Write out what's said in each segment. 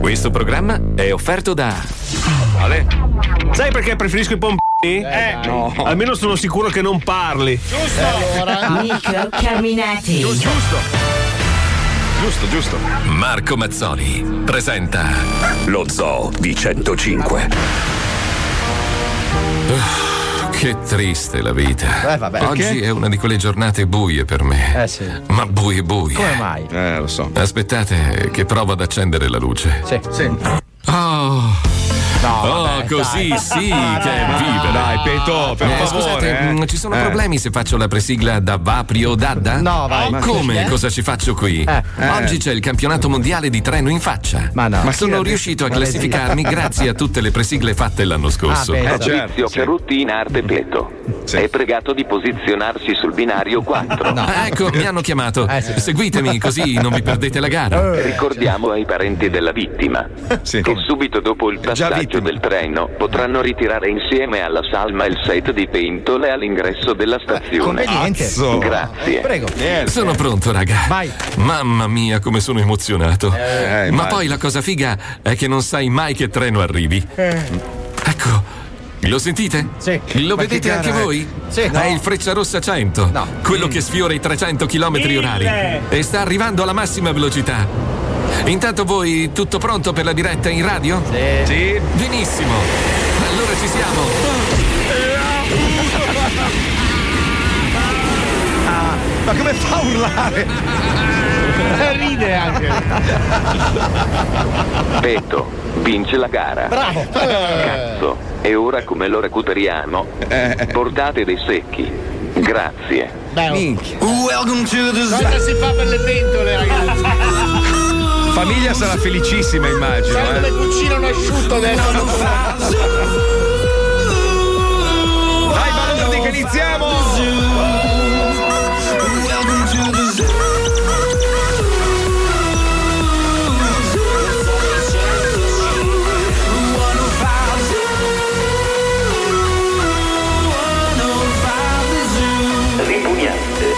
Questo programma è offerto da Vale. Sai perché preferisco i pompini? No. Almeno sono sicuro che non parli. Giusto. Allora. Micro Carminati. Giusto. Marco Mazzoli presenta Lo Zoo di 105. Che triste la vita. Vabbè. Oggi Perché? è una di quelle giornate buie per me. Sì. Ma buie. Come mai? Lo so. Aspettate che provo ad accendere la luce. Sì. Oh, vabbè, così dai. sì che è vivere. Dai, Peto, per favore. Scusate, ci sono problemi se faccio la presigla da Vapri o Dadda? No, vai. Ma come? Cosa ci faccio qui? Oggi c'è il campionato mondiale di treno in faccia. Ma no. Ma sono riuscito a classificarmi grazie a tutte le presigle fatte l'anno scorso. Certo. Fabrizio Ferrutti in arte Peto. È pregato di posizionarsi sul binario 4. Ecco, mi hanno chiamato. Sì. Seguitemi così non vi perdete la gara. Ricordiamo ai parenti della vittima Sì. che subito dopo il già passaggio vittima. del treno potranno ritirare insieme alla salma il set di pentole all'ingresso della stazione. Conveniente. Cazzo. Grazie. Prego. Sono pronto, raga. Vai. Mamma mia, come sono emozionato. Ma immagino. poi la cosa figa è che non sai mai che treno arrivi. Ecco. Lo sentite? Sì. Lo Ma vedete che anche gara è? voi? Sì. È il Frecciarossa 100. No. Quello che sfiora i 300 km orari. E sta arrivando alla massima velocità. Intanto voi tutto pronto per la diretta in radio? Sì. Benissimo. Allora ci siamo. Ma come fa a urlare? Ride anche. Peto vince la gara. Bravo. Cazzo. E ora come lo recuperiamo? Portate dei secchi. Grazie. Minchia. Cosa si fa per le pentole, ragazzi? Famiglia sarà felicissima, immagino. Sai dove cucinano asciutto adesso? Dai, Balordi, che iniziamo! Ripugnante.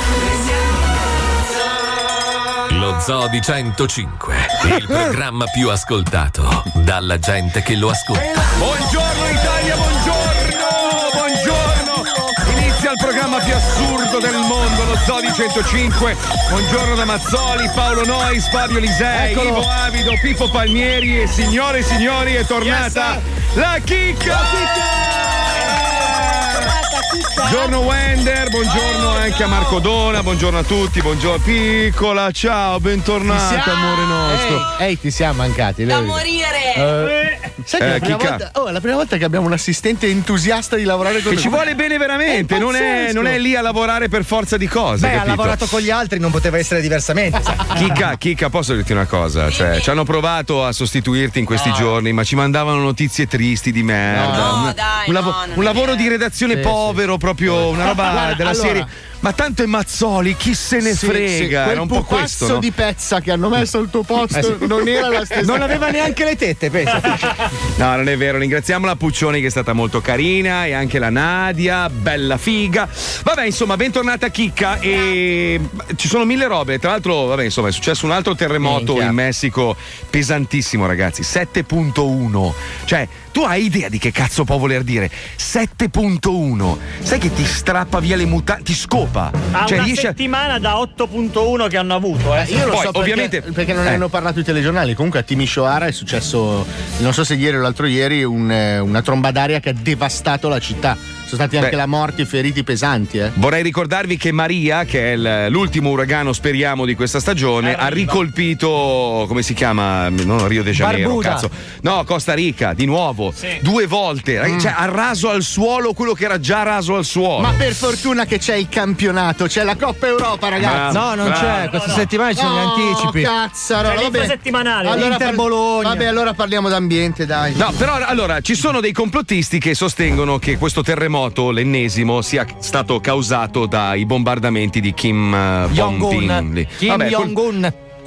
Lo Zoo di 105, il programma più ascoltato dalla gente che lo ascolta. Buongiorno Italia, buongiorno! Inizia il programma più assurdo del mondo, lo Zoo di 105. Buongiorno da Mazzoli, Paolo Nois, Fabio Lisei, Ivo Avido, Pippo Palmieri e signore e signori è tornata la Chicca! Buongiorno Wender, buongiorno anche a Marco Dona, buongiorno a tutti, buongiorno piccola, ciao, bentornata amore nostro. Ehi, ti siamo mancati. Da vedi? morire! Sai che la prima Chicca. volta, è la prima volta che abbiamo un assistente entusiasta di lavorare con Che noi. ci vuole bene veramente, È non è pazzesco. lì a lavorare per forza di cose. Beh, ha capito? lavorato con gli altri, non poteva essere diversamente. sai. Chicca, posso dirti una cosa? Cioè, ci hanno provato a sostituirti in questi giorni, ma ci mandavano notizie tristi di merda. No, dai, un, no, non un è lavoro vero. di redazione povero, proprio una roba Guarda, della allora. serie. Ma tanto è Mazzoli, chi se ne frega? Quel Era un po' questo. pupazzo No? di pezza che hanno messo al tuo posto non era la stessa. Non aveva neanche le tette, pensa. No, non è vero. Ringraziamo la Puccioni che è stata molto carina e anche la Nadia, bella figa. Vabbè, insomma, bentornata Chicca e ci sono mille robe. Tra l'altro, vabbè, insomma, è successo un altro terremoto Minchia. in Messico pesantissimo, ragazzi, 7.1. Cioè, tu hai idea di che cazzo può voler dire? 7.1. Sai che ti strappa via le mutande, ti scopa. Ha Cioè, una riesce a settimana da 8.1 che hanno avuto. Io lo Poi, so perché, ovviamente- perché non ne hanno parlato i telegiornali. Comunque a Timisoara è successo, non so se ieri o l'altro ieri, una tromba d'aria che ha devastato la città. Sono stati anche Beh. la morti e feriti pesanti. Vorrei ricordarvi che Maria, che è l'ultimo uragano, speriamo, di questa stagione, ha ricolpito, come si chiama? Non Rio de Janeiro, Barbuda. cazzo. No, Costa Rica, di nuovo. 2 volte. Cioè, ha raso al suolo quello che era già raso al suolo. Ma per fortuna che c'è il campionato, c'è la Coppa Europa, ragazzi. Bravo, No, non c'è, questa settimana ci sono gli anticipi. Cazzarola, C'è l'infrasettimanale. Inter Bologna. Vabbè, allora parliamo d'ambiente, dai. No, però allora ci sono dei complottisti che sostengono che questo terremoto, l'ennesimo, sia stato causato dai bombardamenti di Kim Jong-un. Jong-un. Kim Jong-un.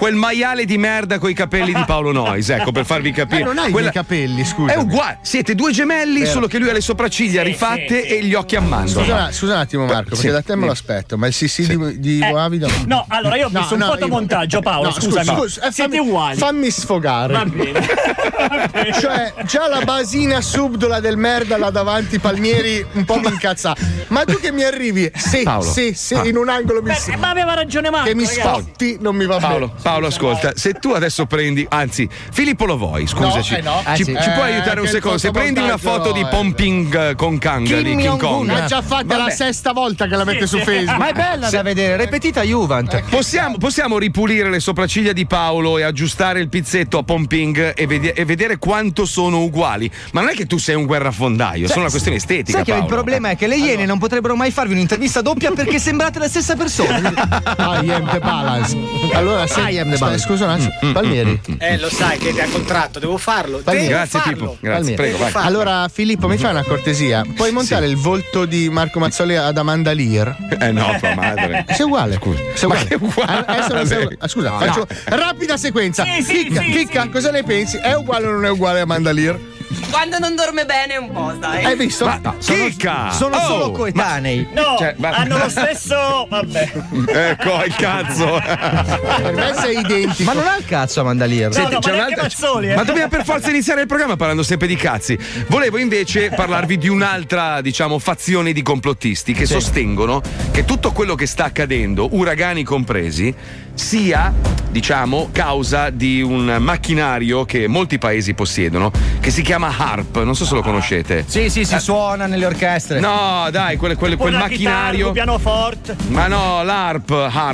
quel maiale di merda coi capelli di Paolo Noyes, ecco, per farvi capire. non hai i capelli, scusa. È uguale, siete due gemelli, solo che lui ha le sopracciglia rifatte e gli occhi a mandorla. Scusa un attimo, Marco, perché da te me lo aspetto, ma il CC di Boavido. No, allora io ho visto un fotomontaggio, Paolo. Scusami. Siete uguali. Fammi sfogare. Va bene. Cioè, già la basina subdola del merda là davanti, Palmieri, un po' mi incazza. Ma tu che mi arrivi, se in un angolo ma aveva ragione Marco. che mi sfotti, non mi va bene. Paolo, ascolta, se tu adesso prendi, anzi, Filippo lo vuoi, scusaci. Ci puoi aiutare un secondo? Se prendi una foto di Pomping con Kang di King Kong. L'ha già fatta la sesta volta che la mette su Facebook. Ma è bella da vedere, ripetita Juvent. Possiamo ripulire le sopracciglia di Paolo e aggiustare il pizzetto a Pomping e vedere quanto sono uguali. Ma non è che tu sei un guerrafondaio, sono una questione estetica. Sai che Paolo. il problema è che le Iene non potrebbero mai farvi un'intervista doppia perché sembrate la stessa persona. I am the balance. Allora, scusa un attimo, Palmieri. Lo sai che è a contratto, devo farlo. Grazie Pippo, grazie, prego, vai. Allora, Filippo, mi fai una cortesia? Puoi montare il volto di Marco Mazzoli ad Amanda Lear? No, tua madre. Sei uguale. Sei uguale. Scusa, faccio rapida sequenza. Chicca, cosa ne pensi? È uguale o non è uguale a Amanda Lear? Quando non dorme bene un po', dai. Hai visto? Chicca! Sono solo coetanei. No, hanno lo stesso. Vabbè. Ecco il cazzo. Per me sei identico. Ma non ha il cazzo Amanda Lear. No, c'è un'altra Mazzoli, Ma dobbiamo per forza iniziare il programma parlando sempre di cazzi. Volevo invece parlarvi di un'altra, diciamo, fazione di complottisti che sostengono che tutto quello che sta accadendo, uragani compresi, sia, diciamo, causa di un macchinario che molti paesi possiedono, che si chiama HARP, non so se lo conoscete. Sì, si suona nelle orchestre. No, dai, quel macchinario. Un pianoforte. Ma no, l'HARP,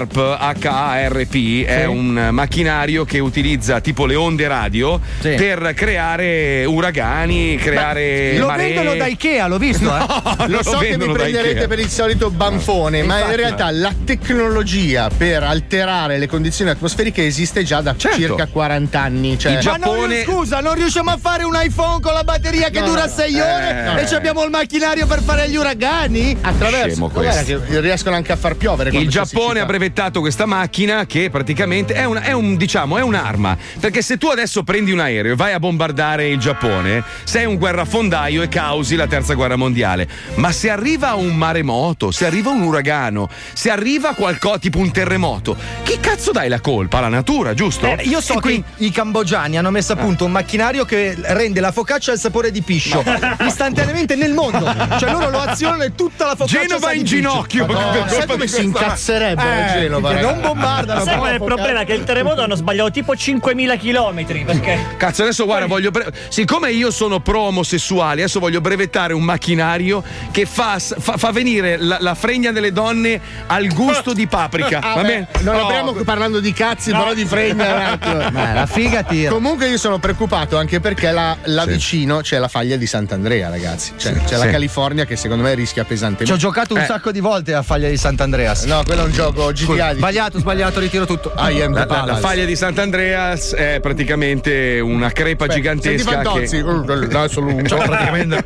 HARP, è un macchinario che utilizza tipo le onde radio per creare uragani, creare lo maree. vendono da Ikea, l'ho visto, Lo so che mi prenderete per il solito banfone, ma in realtà la tecnologia per alterare le condizioni atmosferiche esiste già da circa 40 anni. Cioè, scusa, non riusciamo a fare un iPhone con la batteria che dura 6 ore e ci abbiamo il macchinario per fare gli uragani? Attraverso che riescono anche a far piovere. Il Giappone ha brevettato questa macchina che praticamente è un'arma. Perché se tu adesso prendi un aereo e vai a bombardare il Giappone, sei un guerrafondaio e causi la terza guerra mondiale. Ma se arriva un maremoto, se arriva un uragano, se arriva qualcosa tipo un terremoto, chi cazzo dai la colpa? Alla natura, giusto? Io so che i cambogiani hanno messo a punto un macchinario che rende la focaccia al sapore di piscio istantaneamente nel mondo. Cioè loro lo azionano e tutta la focaccia Genova in ginocchio. Sai come si incazzerebbe Genova? Non bombardano. Sai qual è il problema? Che il terremoto hanno sbagliato tipo 5.000 chilometri. Perché? Cazzo, adesso guarda, siccome io sono pro omosessuale, adesso voglio brevettare un macchinario che fa venire la fregna delle donne al gusto di paprika. Va bene? Non abbiamo parlando di cazzi, però di fregna. La figa tira. Comunque io sono preoccupato anche perché là vicino c'è la faglia di Sant'Andrea, ragazzi. C'è la California che secondo me rischia pesantemente. Ci ho giocato un sacco di volte a faglia di Sant'Andreas. No, quello è un gioco GTA. Sbagliato, ritiro tutto. La faglia di Sant'Andreas è praticamente una crepa gigantesca che praticamente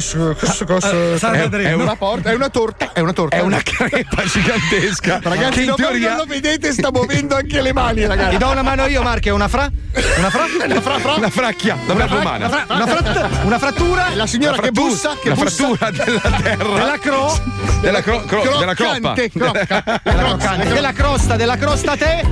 è una porta, è una torta. È una crepa gigantesca. Ragazzi, che in teoria non lo vedete, sta muovendo anche le mani, ragazzi. Ti do una mano io, Marco, una fracchia, la verba umana. Una frattura. La signora che bussa, la frattura della terra. Della crosta terrestre.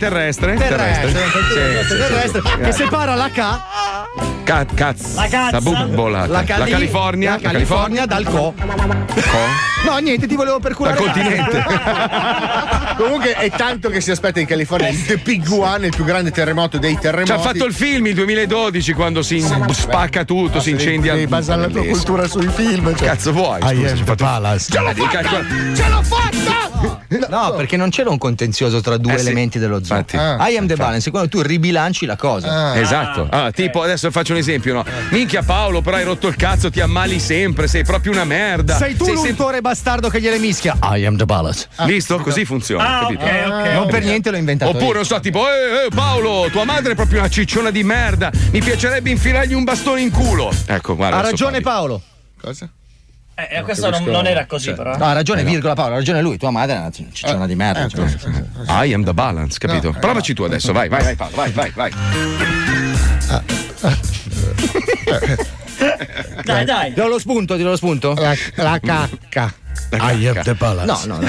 Che separa la La bubbola. La California dal Co. No, niente, ti volevo perculare. Dal continente. Comunque è tanto che si aspetta in California il The Big One, il più grande terremoto dei terremoti. Ci ha fatto il film il 2012 quando si spacca tutto, si incendia. Devi basare la tua cultura sui film. Cioè. Cazzo vuoi? Ce l'ho fatta! No, perché non c'era un contenzioso tra due elementi dello zoo. I am the balance, quando tu ribilanci la cosa. Esatto. Tipo, adesso faccio un esempio, no? Minchia Paolo, però hai rotto il cazzo, ti ammali sempre, sei proprio una merda. Sei tu l'untore bastardo che gliele mischia. I am the balance. Visto? Così funziona, capito? Okay. Non per niente l'ho inventato. Oppure, non so, tipo, Paolo, tua madre è proprio una cicciona di merda. Mi piacerebbe infilargli un bastone in culo. Ecco, guarda. Ha ragione Paolo. Cosa? Questo non era così, però. No, ha ragione, virgola Paolo, ha ragione lui, tua madre è una cicciona di merda. I am the balance, capito? No, provaci tu adesso, vai Paolo, vai. Dai. Dillo lo spunto. La cacca. I have the balance. No.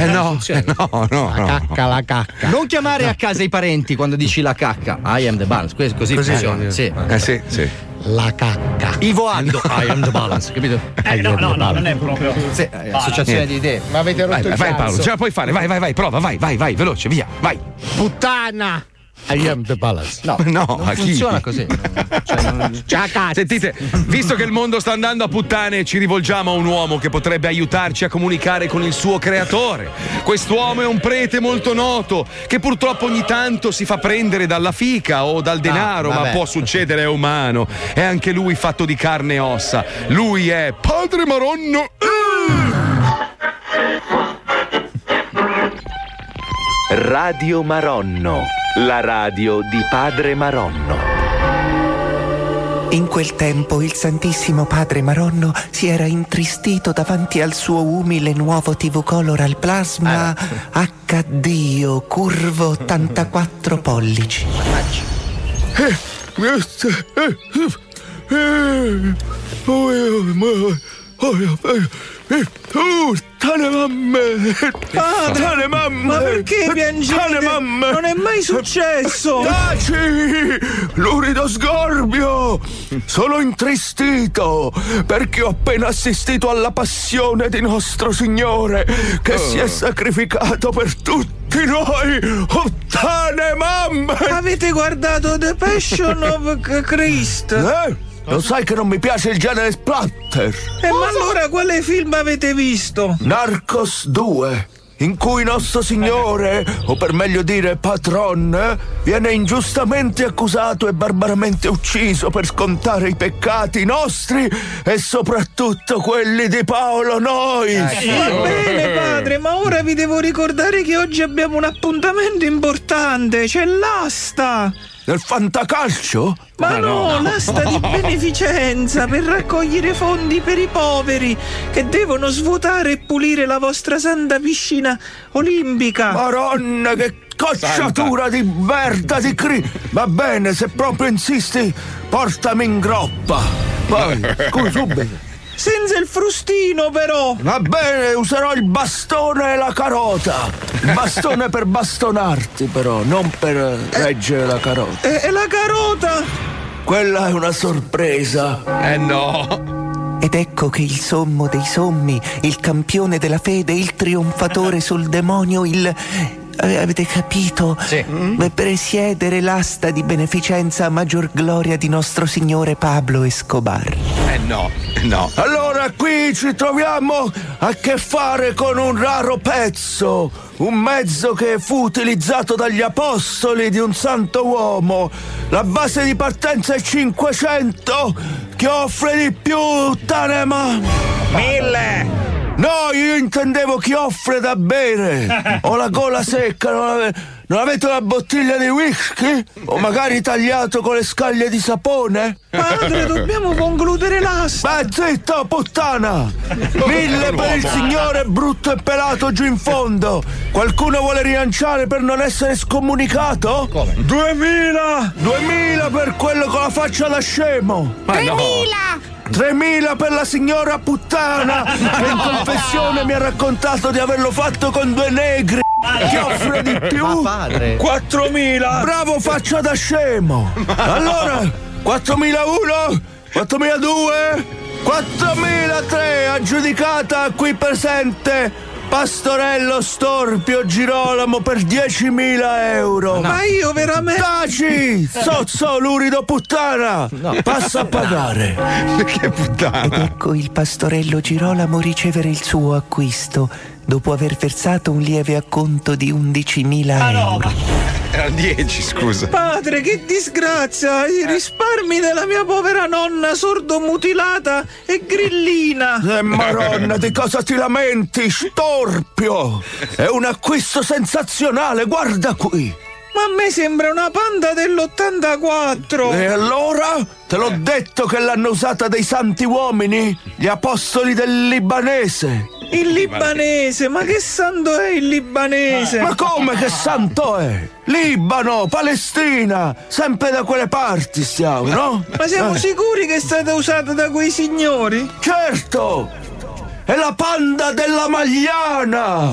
La cacca. Non chiamare a casa i parenti quando dici la cacca. I am the balance. Così funziona. Sì. Sì. La cacca. Ivo Aldo. I am the balance, capito? No, non è proprio. Sì, associazione di idee. Ma avete rotto il Vai cazzo. Paolo, ce la puoi fare, vai, prova, vai, veloce, via, vai. Puttana. I am the balance. No, non funziona così. Sentite, visto che il mondo sta andando a puttane, ci rivolgiamo a un uomo che potrebbe aiutarci a comunicare con il suo creatore. Quest'uomo è un prete molto noto che purtroppo ogni tanto si fa prendere dalla fica o dal denaro, ma può succedere, è umano. È anche lui fatto di carne e ossa. Lui è Padre Maronno. Radio Maronno, la radio di Padre Maronno. In quel tempo il Santissimo Padre Maronno si era intristito davanti al suo umile nuovo TV Color al plasma HDO curvo 84 pollici. Padre, ma perché piangete? Non è mai successo! Taci! Lurido sgorbio! Sono intristito perché ho appena assistito alla passione di nostro Signore che si è sacrificato per tutti noi! Ottane mamme! Avete guardato The Passion of Christ? Lo sai che non mi piace il genere splatter? Ma allora quale film avete visto? Narcos 2, in cui nostro Signore, o per meglio dire patron, viene ingiustamente accusato e barbaramente ucciso per scontare i peccati nostri e soprattutto quelli di Paolo Nois. Va bene, padre, ma ora vi devo ricordare che oggi abbiamo un appuntamento importante, c'è l'asta! Del fantacalcio? Ma no, l'asta di beneficenza per raccogliere fondi per i poveri che devono svuotare e pulire la vostra santa piscina olimpica. Maronna, che cocciatura di merda di Va bene, se proprio insisti, portami in groppa. Vai, subito. Senza il frustino, però. Va bene, userò il bastone e la carota. Il bastone per bastonarti, però, non per reggere la carota. E la carota? Quella è una sorpresa. No. Ed ecco che il sommo dei sommi, il campione della fede, il trionfatore sul demonio, avete capito? Sì. Presiedere l'asta di beneficenza a maggior gloria di nostro Signore Pablo Escobar. No. Allora qui ci troviamo a che fare con un raro pezzo, un mezzo che fu utilizzato dagli apostoli di un santo uomo. La base di partenza è 500. Chi offre di più, Tanema? 1000. No, io intendevo chi offre da bere. Ho la gola secca, non avete una bottiglia di whisky? O magari tagliato con le scaglie di sapone? Padre, dobbiamo concludere l'asta. Beh, zitto, puttana! 1000 per il signore brutto e pelato giù in fondo. Qualcuno vuole rilanciare per non essere scomunicato? Come? 2000 per quello con la faccia da scemo. 3000! 3000 per la signora puttana che in confessione mi ha raccontato di averlo fatto con 2 negri. Chi offre di più? Ma padre. 4000. Bravo, faccia da scemo. Allora 4001, 4002, 4003, aggiudicata qui presente Pastorello Storpio Girolamo per 10.000 euro. Ma io veramente... Taci! Sozzo, lurido puttana! No. Passa a pagare. Che puttana! Ed ecco il Pastorello Girolamo ricevere il suo acquisto dopo aver versato un lieve acconto di 11.000 euro. Erano 10, scusa. Padre, che disgrazia! I risparmi della mia povera nonna sordomutilata e grillina. Maronna, di cosa ti lamenti, Storpio? È un acquisto sensazionale, guarda qui. Ma a me sembra una Panda dell'84. E allora? Te l'ho detto che l'hanno usata dei santi uomini? Gli apostoli del libanese. Il libanese? Ma che santo è il libanese? Ma come che santo è? Libano, Palestina, sempre da quelle parti stiamo, no? Ma siamo sicuri che è stata usata da quei signori? Certo! È la Panda della Magliana!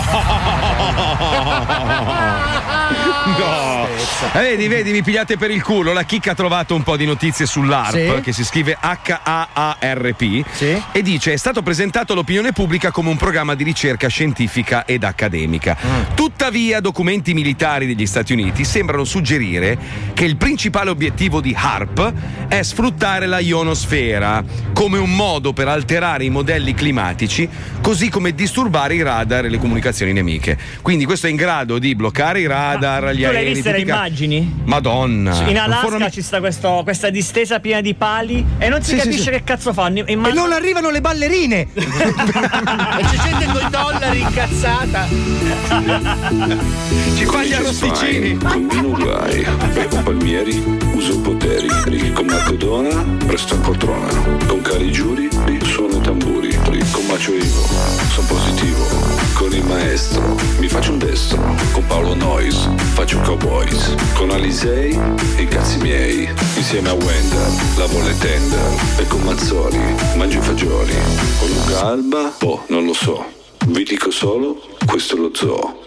No! Vedi, mi pigliate per il culo. La chicca ha trovato un po' di notizie sull'ARP, sì, che si scrive HAARP, sì, e dice: è stato presentato all'opinione pubblica come un programma di ricerca scientifica ed accademica. Tuttavia, documenti militari degli Stati Uniti sembrano suggerire che il principale obiettivo di HARP è sfruttare la ionosfera come un modo per alterare i modelli climatici, così come disturbare i radar e le comunicazioni nemiche. Quindi questo è in grado di bloccare i radar, gli tu aerei. l'hai viste le immagini? Madonna. In Alaska ci sta questa distesa piena di pali e non si capisce che cazzo fanno. E non arrivano le ballerine. E c'è gente con i dollari incazzata. Ci fa gli arrosticini. Combino guai, bevo palmieri, uso poteri. Con Macodona, presto in poltrona. Con cari giuri, suono i tamburi. Con Macio Ivo, sono positivo. Con il maestro, mi faccio un destro. Con Paolo Noyes, faccio cowboys. Con Alisei, i cazzi miei. Insieme a Wender, lavo le tender. E con Mazzoli, mangio i fagioli. Con Luca Alba, non lo so. Vi dico solo, questo è lo zoo.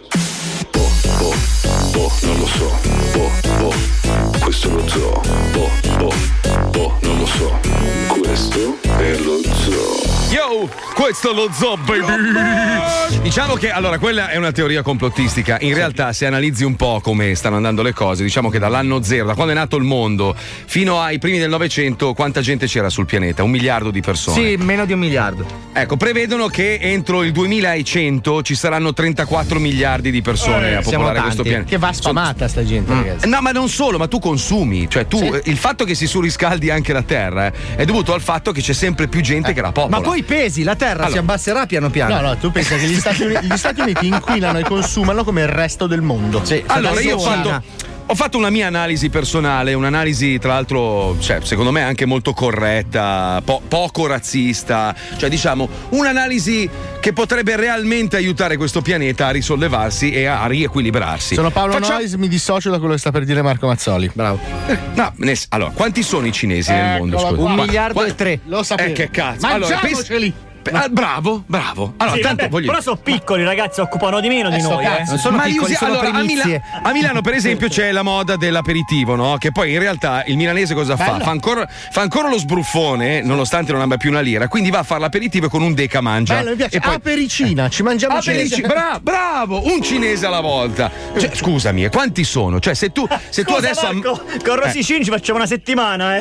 Non lo so. Questo è lo zoo. Non lo so. Questo è lo zoo. Yo, questo è lo zoo, baby! Diciamo che, allora, quella è una teoria complottistica. In realtà, se analizzi un po' come stanno andando le cose, diciamo che dall'anno zero, da quando è nato il mondo, fino ai primi del Novecento, quanta gente c'era sul pianeta? 1 miliardo di persone. Sì, meno di 1 miliardo. Ecco, prevedono che entro il 2100 ci saranno 34 miliardi di persone a popolare questo pianeta. Che va sfamata sta gente, ragazzi. No, ma non solo, ma tu consumi. Cioè, il fatto che si surriscaldi anche la terra è dovuto al fatto che c'è sempre più gente che la popola. Ma poi pesi, la terra si abbasserà piano piano. No, tu pensa che gli Stati Uniti inquinano e consumano come il resto del mondo. Sì, allora io ho fatto una mia analisi personale, un'analisi tra l'altro, cioè, secondo me anche molto corretta, poco razzista, cioè diciamo un'analisi che potrebbe realmente aiutare questo pianeta a risollevarsi e a riequilibrarsi. Sono Paolo Noyes, mi dissocio da quello che sta per dire Marco Mazzoli. Bravo. No, allora, quanti sono i cinesi nel mondo? Scusa? 1 miliardo e 3. Lo sapevo. Che cazzo? Mangiamoceli! Bravo. Allora, sì, tanto però sono piccoli, ragazzi, occupano di meno di noi. Non sono piccoli, sono primizie. A Milano, per esempio, c'è la moda dell'aperitivo, no? Che poi in realtà il milanese cosa fa? Fa ancora lo sbruffone, nonostante non abbia più una lira, quindi va a fare l'aperitivo con un deca mangia. Bello, mi piace. E poi apericina, ci mangiamo cinese. Bravo, un cinese alla volta. Cioè, scusami, quanti sono? Cioè, se tu adesso Marco, con Rosicini ci facciamo una settimana,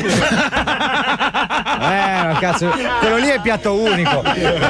cazzo, quello lì è piatto unico.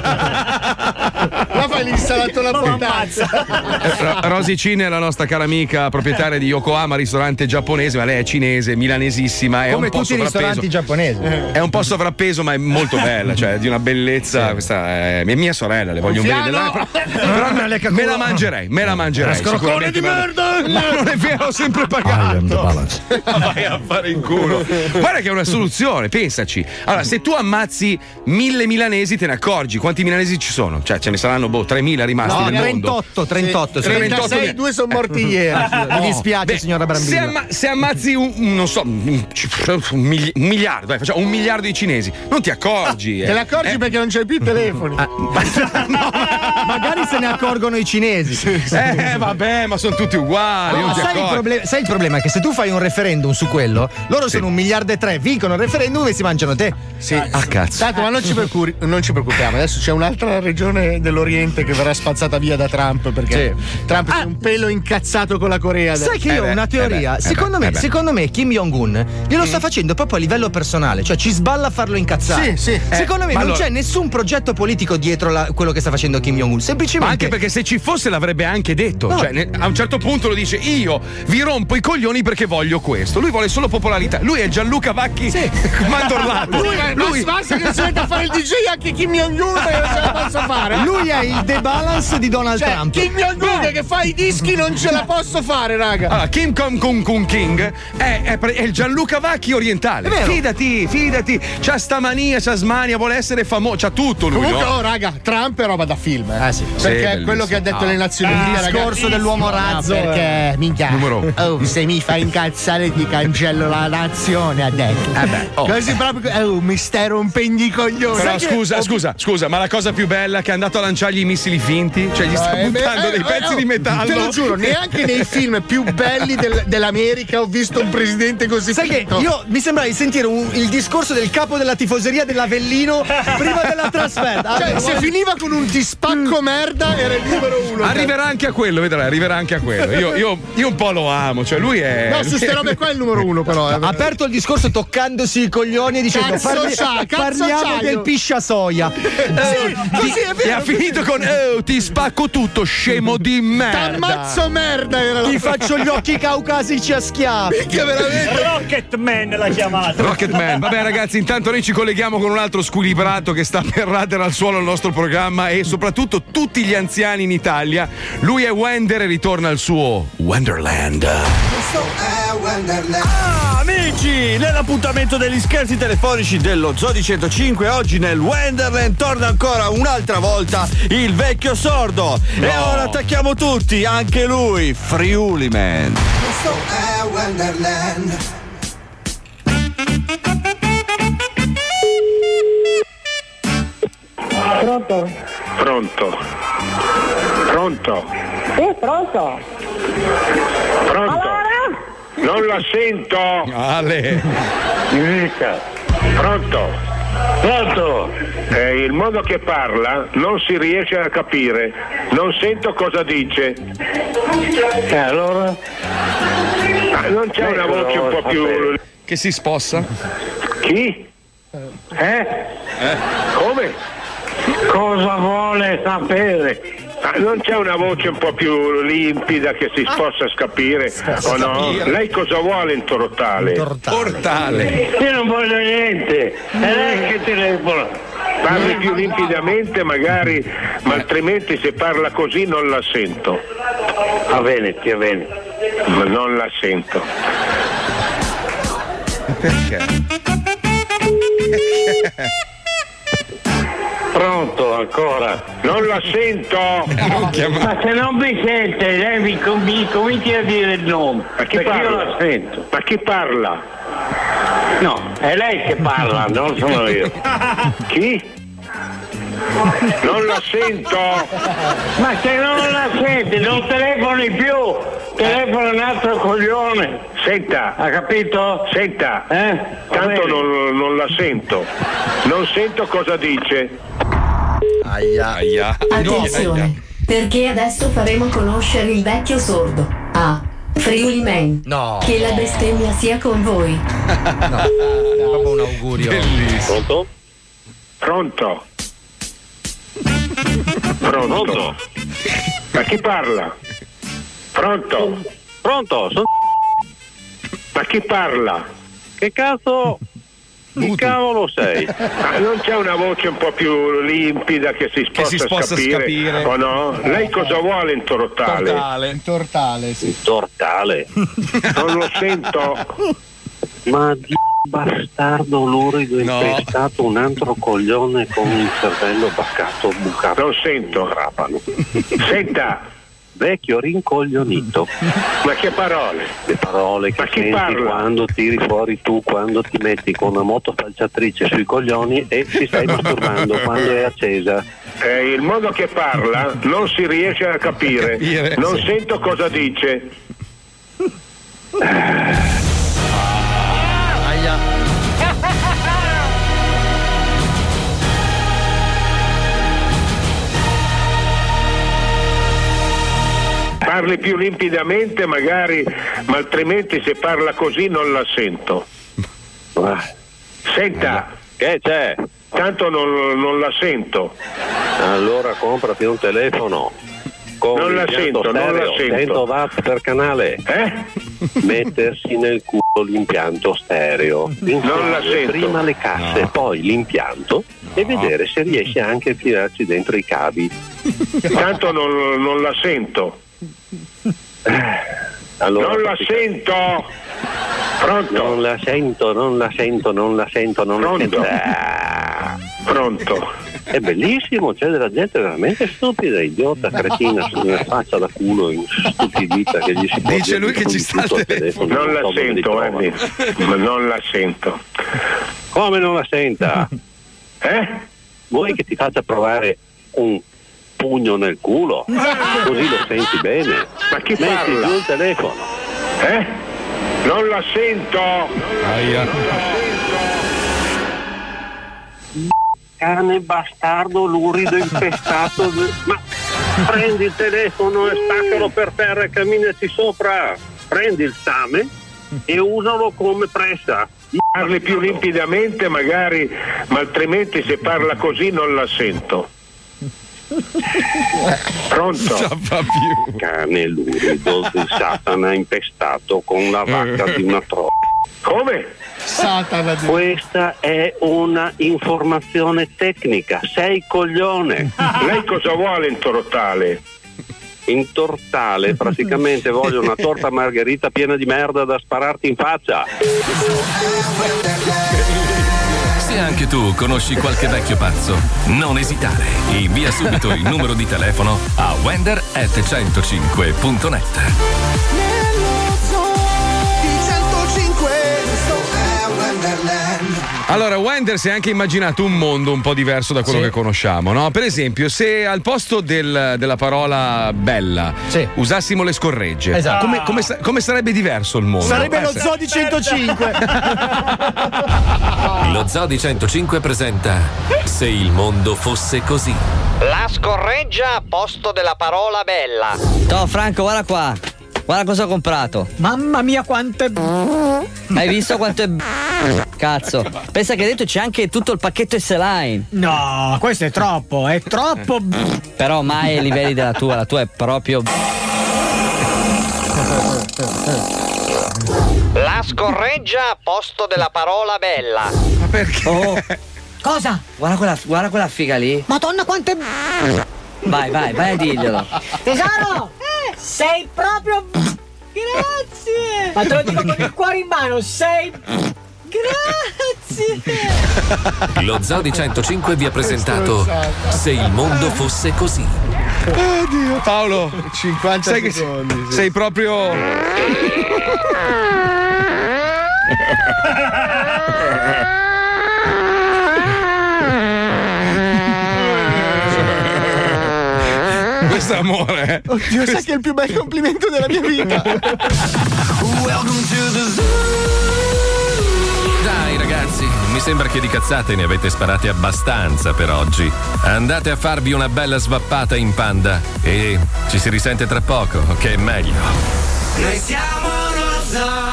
Ma fai l'insalato alla portazza. Rosicine è la nostra cara amica proprietaria di Yokohama, ristorante giapponese, ma lei è cinese, milanesissima. È come un po' tutti i ristoranti giapponesi. È un po' sovrappeso, ma è molto bella, cioè di una bellezza. Sì. Questa è mia sorella, le voglio bene. Me la mangerei. Scroccone di merda! Ma non è vero, ho sempre pagato. Vai a fare in culo. Guarda che è una soluzione, pensaci. Allora, se tu ammazzi 1000 milanesi, te ne accorgi quanti milanesi ci sono? Cioè, ce ne saranno 3.000 rimasti nel mondo. 38. 36, 2 sono morti ieri. Mi dispiace, signora Brambilla. Se ammazzi un miliardo, dai, facciamo 1 miliardo di cinesi, non ti accorgi. Te ne accorgi perché non c'hai più telefoni. Magari se ne accorgono i cinesi. Vabbè, ma sono tutti uguali. No, sai il problema è che se tu fai un referendum su quello, loro sono 1 miliardo e 3, vincono il referendum e si mangiano te. Sì. Cazzo. Tanto, ma non ci preoccupiamo. Adesso c'è un'altra regione dell'Oriente che verrà spazzata via da Trump perché Trump è un pelo incazzato con la Corea. Sai che io ho una teoria. Secondo me Kim Jong-un glielo sta facendo proprio a livello personale, cioè ci sballa a farlo incazzare. Sì. Secondo me non c'è nessun progetto politico dietro quello che sta facendo Kim Jong-un. Semplicemente. Ma anche perché se ci fosse l'avrebbe anche detto. No. Cioè, a un certo punto lo dice: io vi rompo i coglioni perché voglio questo. Lui vuole solo popolarità. Lui è Gianluca Vacchi mandorlato. Lui basta che si mette a fare il DJ anche Kim Jong-un, non ce la posso fare. Lui è il The Balance di Donald Trump. Kim Jong-un che fa i dischi non ce la posso fare, raga. Allora, Kim Jong-un King è il Gianluca Vacchi orientale. Fidati. C'ha sta mania, c'ha smania, vuole essere famoso, c'ha tutto lui. Comunque, no? raga, Trump è roba da film. Sì. Perché è quello che ha detto le Nazioni Unite, il discorso dell'uomo razzo. Perché, minchia. Se mi fai incazzare ti cancello la nazione, ha detto. Così proprio, mi stai rompendo i coglioni. Però scusa, ma la cosa più bella è che è andato a lanciargli i missili finti, cioè gli sta buttando dei pezzi di metallo. Te lo giuro, neanche nei film più belli dell'America ho visto un presidente così. Sai che io mi sembra di sentire il discorso del capo della tifoseria dell'Avellino prima della trasferta. Cioè, se finiva con un ti spacco merda era il numero uno. Arriverà anche a quello, vedrai, Io un po' lo amo, cioè lui è. No, su ste robe qua è il numero uno, però. Ha aperto il discorso toccandosi i coglioni e dicendo parliamo del piscia soia. Così è vero. E ha finito con ti spacco tutto, scemo di merda. T'ammazzo merda era ti faccio gli occhi caucasici a schiaffi. Minchia, veramente. Rocketman l'ha chiamato. Rocketman. Vabbè ragazzi, intanto noi ci colleghiamo con un altro squilibrato che sta per radere al suolo il nostro programma e soprattutto tutti gli anziani in Italia. Lui è Wender e ritorna al suo Wonderland. Amici, nell'appuntamento degli scherzi telefonici dello Zoo di 105, oggi nel Wonderland torna ancora un'altra volta il vecchio sordo. No. E ora attacchiamo tutti, anche lui, Friuli Man. Questo è Wonderland. Pronto? Pronto? Sì, pronto. Allora? Non la sento. Ale. Pronto? Il modo che parla non si riesce a capire. Non sento cosa dice. Allora? Non c'è una voce un po' più. Che si spossa? Chi? Come? Cosa vuole sapere? Non c'è una voce un po' più limpida che si possa capire o no? Lei cosa vuole in Tortale? Io non voglio niente, è lei che telefona. Parli più limpidamente magari, ma altrimenti se parla così non la sento. Va bene. Ma non la sento. Perché? Pronto ancora? Non la sento! Ma se non mi sente, lei mi cominci a dire il nome. Ma chi parla? Io la sento. Ma chi parla? No, è lei che parla, non sono io. Chi? Non la sento! Ma se non la sente, non telefoni più! Telefona un altro coglione! Senta! Ha capito? Senta! Tanto non la sento! Non sento cosa dice! Aia. Attenzione, perché adesso faremo conoscere il vecchio sordo a Friuli Man. No. Che la bestemmia sia con voi. No, è proprio un augurio. Bellissimo. Pronto? Ma chi parla? Pronto? Ma chi parla? Che cazzo? Che cavolo sei? Non c'è una voce un po' più limpida che si possa capire o no? Lei cosa vuole in Tortale? Tortale, sì. Tortale? Non lo sento. Ma bastardo lurido infestato, un altro coglione con il cervello bucato. Non sento. Senta. Vecchio rincoglionito. Ma che parole? Le parole che senti parla? Quando tiri fuori tu, quando ti metti con una moto falciatrice sui coglioni e ti stai masturbando quando è accesa. Il modo che parla non si riesce a capire. Non sento cosa dice. Parli più limpidamente magari, ma altrimenti se parla così non la sento. Senta. Che c'è? Tanto non la sento. Allora comprati un telefono. Non la sento, non la sento. 100 watt per canale. Mettersi nel culo tutto l'impianto stereo. Non la sento. Prima le casse, poi l'impianto e vedere se riesce anche a tirarci dentro i cavi. Tanto non la sento. Allora, non la sento. Pronto? Non la sento. Pronto. È bellissimo, c'è della gente veramente stupida, idiota, cretina, sulla faccia da culo, stupidita che gli si può dice lui che ci sta al telefono. Non la sento, ma non la sento. Come non la senta? Vuoi che ti faccia provare un pugno nel culo? Così lo senti bene. Ma chi metti parla? giù il telefono. Non la sento. Cane bastardo, lurido, infestato. Ma prendi il telefono e staccalo per terra e camminaci sopra. Prendi il same e usalo come pressa. Parli più limpidamente magari, ma altrimenti se parla così non la sento. Pronto? Cane lurido di Satana impestato con la vacca di una trota. Come? Satana. Questa è una informazione tecnica. Sei coglione. Lei cosa vuole in Tortale? In Tortale praticamente voglio una torta margherita piena di merda da spararti in faccia. Se anche tu conosci qualche vecchio pazzo, non esitare. Invia subito il numero di telefono a wender@105.net. Allora, Wender si è anche immaginato un mondo un po' diverso da quello che conosciamo, no? Per esempio, se al posto della parola bella usassimo le scorregge, esatto. come sarebbe diverso il mondo? Sarebbe lo Zoo di 105. Lo Zoo di 105 presenta Se il mondo fosse così. La scorreggia a posto della parola bella. No, Franco, guarda qua. Guarda cosa ho comprato. Mamma mia, quanto è. Hai visto quanto è. Cazzo. Pensa che dentro c'è anche tutto il pacchetto S-Line. No, questo è troppo, è troppo. Però mai ai livelli della tua. La tua è proprio. La scorreggia a posto della parola bella. Ma perché? Oh. Cosa? Guarda quella figa lì. Madonna, quanto è. Vai a dirglielo. Tesoro! Sei proprio. Grazie! Ma te lo dico con il cuore in mano, sei. Grazie! Lo Zoo di 105 vi ha presentato Se il mondo fosse così. Oddio, Paolo, 50 sai secondi. Che sei proprio. Questo è amore. Oddio, sai che è il più bel complimento della mia vita. Dai ragazzi, mi sembra che di cazzate ne avete sparate abbastanza per oggi. Andate a farvi una bella svappata in Panda e ci si risente tra poco, che è meglio. Noi siamo lo Zoo.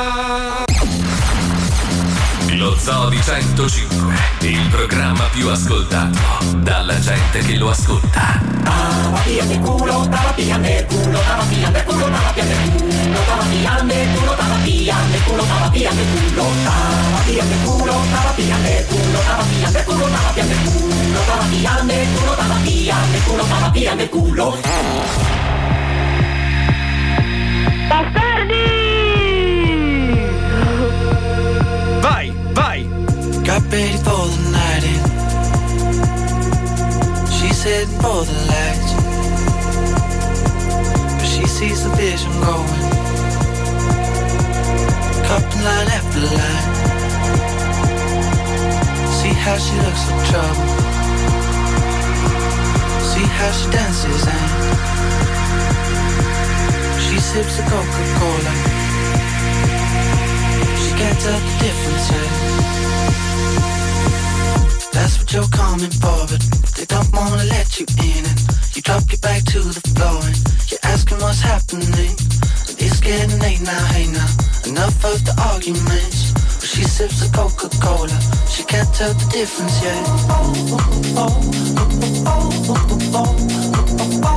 Lo Zoo di 105, il programma più ascoltato dalla gente che lo ascolta. Tava via nel culo, tava via nel culo, tava via nel culo, tava via nel culo, tava via nel culo, tava via nel culo, tava via nel culo, tava via nel culo, tava via nel culo, tava via nel culo, tava via nel culo, tava via nel culo, tava via nel culo, tava via nel culo. Bastardi! Vai! Got ready for the night in. She's heading for the lights, but she sees the vision going, cupping line after line. See how she looks like trouble, see how she dances and she sips the Coca-Cola. She can't tell the difference yet. That's what you're coming for, but they don't wanna let you in. And you drop your back to the floor and you're asking what's happening. It's getting late now, hey now, enough of the arguments. But she sips the Coca-Cola, she can't tell the difference yet.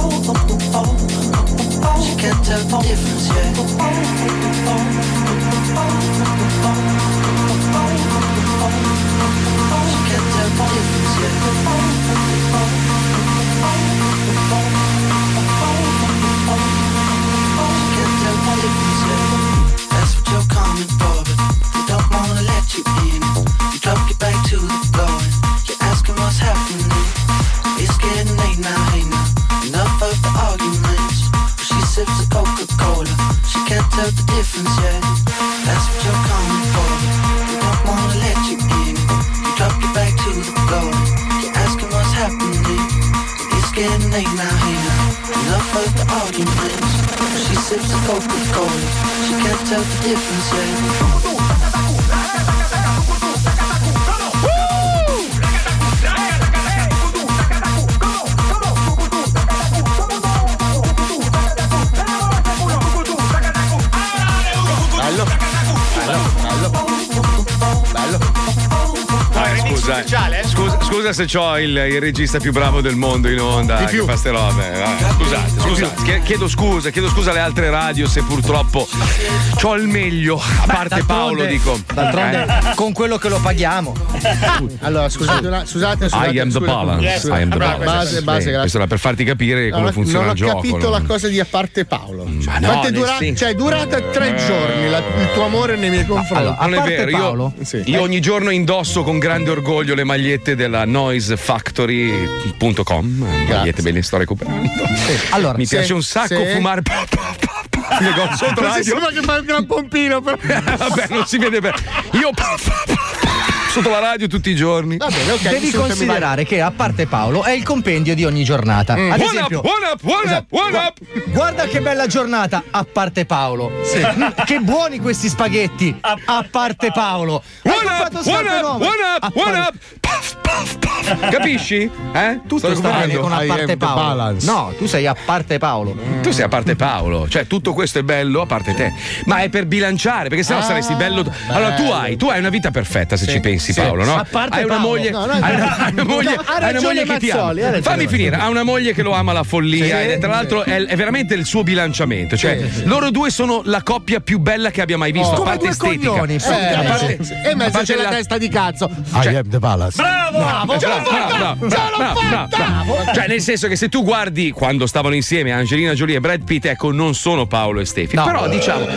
She can't tell the difference yet. Tell the difference, yeah. That's what you're coming for. We don't wanna let you in. You drop your back to the floor. You're asking what's happening. It's getting late now, hey now. Enough of the arguments. She sips the Coca-Cola. She can't tell the difference, yeah. Scusa se c'ho il regista più bravo del mondo in onda che fa ste robe. Scusate. Chiedo scusa alle altre radio se purtroppo c'ho il meglio, a parte Paolo, dico. D'altronde con quello che lo paghiamo. Allora, scusate. I am the balance. I am the balance. Base, questo era per farti capire come funziona il gioco. Non ho capito la cosa di a parte Paolo. Ma no, è durata 3 giorni il tuo amore nei miei confronti. Non è vero, io ogni giorno indosso con grande orgoglio le magliette della noisefactory.com, magliette belle sto recuperando. Allora, mi piace un sacco fumare sotto radio. Sembra che fa un gran pompino però. Vabbè, non si vede bene. Io sotto la radio tutti i giorni. Va bene, okay, devi considerare che a parte Paolo è il compendio di ogni giornata. Ad esempio, one up. Guarda che bella giornata a parte Paolo. Sì. Che buoni questi spaghetti a parte Paolo. One up. Puff. Capisci? Tu stai con a parte Paolo. No, tu sei a parte Paolo. Tu sei a parte Paolo. Cioè tutto questo è bello a parte te. Ma è per bilanciare, perché sennò saresti bello. Allora tu hai una vita perfetta se ci pensi, Paolo, no? A parte hai una Paolo. moglie, hai una moglie che ti ama. Fammi finire, ha una moglie che lo ama alla follia e tra l'altro è veramente il suo bilanciamento, cioè loro due sono la coppia più bella che abbia mai visto, a parte estetica. Coglioni, e in mezzo c'è la testa di cazzo. I am the balance. Bravo. Cioè nel senso che se tu guardi quando stavano insieme Angelina Jolie e Brad Pitt, ecco, non sono Paolo e Stefi, però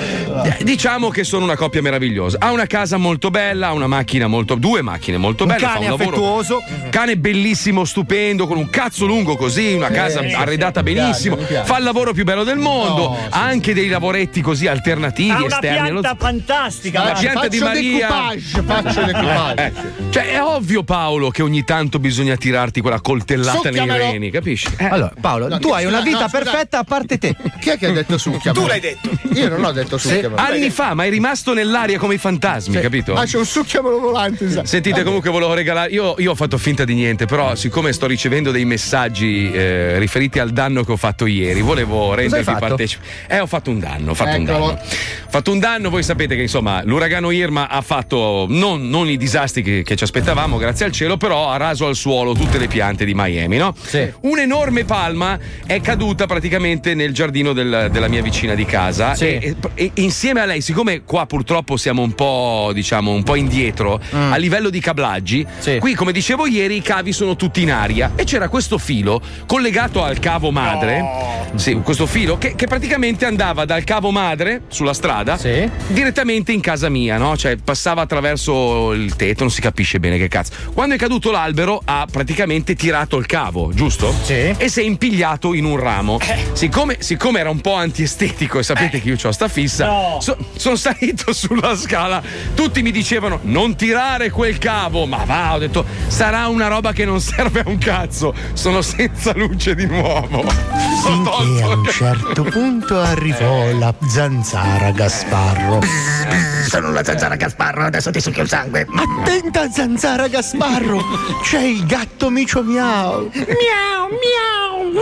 diciamo che sono una coppia meravigliosa. Ha una casa molto bella, ha una macchina due macchine molto belle, cane fa un affettuoso, cane bellissimo, stupendo, con un cazzo lungo così, una casa arredata benissimo, mi piace. Fa il lavoro più bello del mondo, ha anche dei lavoretti così alternativi, esterni. Ha una pianta fantastica. La pianta di Maria. Faccio decoupage. Cioè è ovvio, Paolo, che ogni tanto bisogna tirarti quella coltellata nei reni, capisci? Allora, Paolo, tu hai una vita perfetta a parte te. Chi è che ha detto succhiamelo? Tu l'hai detto. Io non ho detto succhiamelo. Anni fa, ma è rimasto nell'aria come i fantasmi, capito? Ah, c'è un succhiamelo volante. Sentite, comunque volevo regalare. Io ho fatto finta di niente, però siccome sto ricevendo dei messaggi riferiti al danno che ho fatto ieri, volevo rendervi partecipi. Ho fatto un danno. Ho fatto un danno, voi sapete che insomma l'uragano Irma ha fatto non i disastri che ci aspettavamo, grazie al cielo, però ha raso al suolo tutte le piante di Miami, no? Sì. Un'enorme palma è caduta praticamente nel giardino della mia vicina di casa. Sì. E insieme a lei, siccome qua purtroppo siamo un po' indietro a livello di cablaggi, qui come dicevo ieri i cavi sono tutti in aria e c'era questo filo collegato al cavo madre, questo filo che praticamente andava dal cavo madre sulla strada direttamente in casa mia, no? Cioè passava attraverso il tetto, non si capisce bene che cazzo. Quando è caduto l'albero ha praticamente tirato il cavo, giusto? Sì. E si è impigliato in un ramo. Siccome era un po' antiestetico e sapete che io ho sta fissa, sono salito sulla scala, tutti mi dicevano non tirare quel cavo, ma va, ho detto sarà una roba che non serve a un cazzo, sono senza luce di nuovo. Finché a un certo punto arrivò la zanzara Gasparro. Sono la zanzara Gasparro, adesso ti succhio il sangue. Attenta, zanzara Gasparro, c'è il gatto Micio Miau. Miau miau.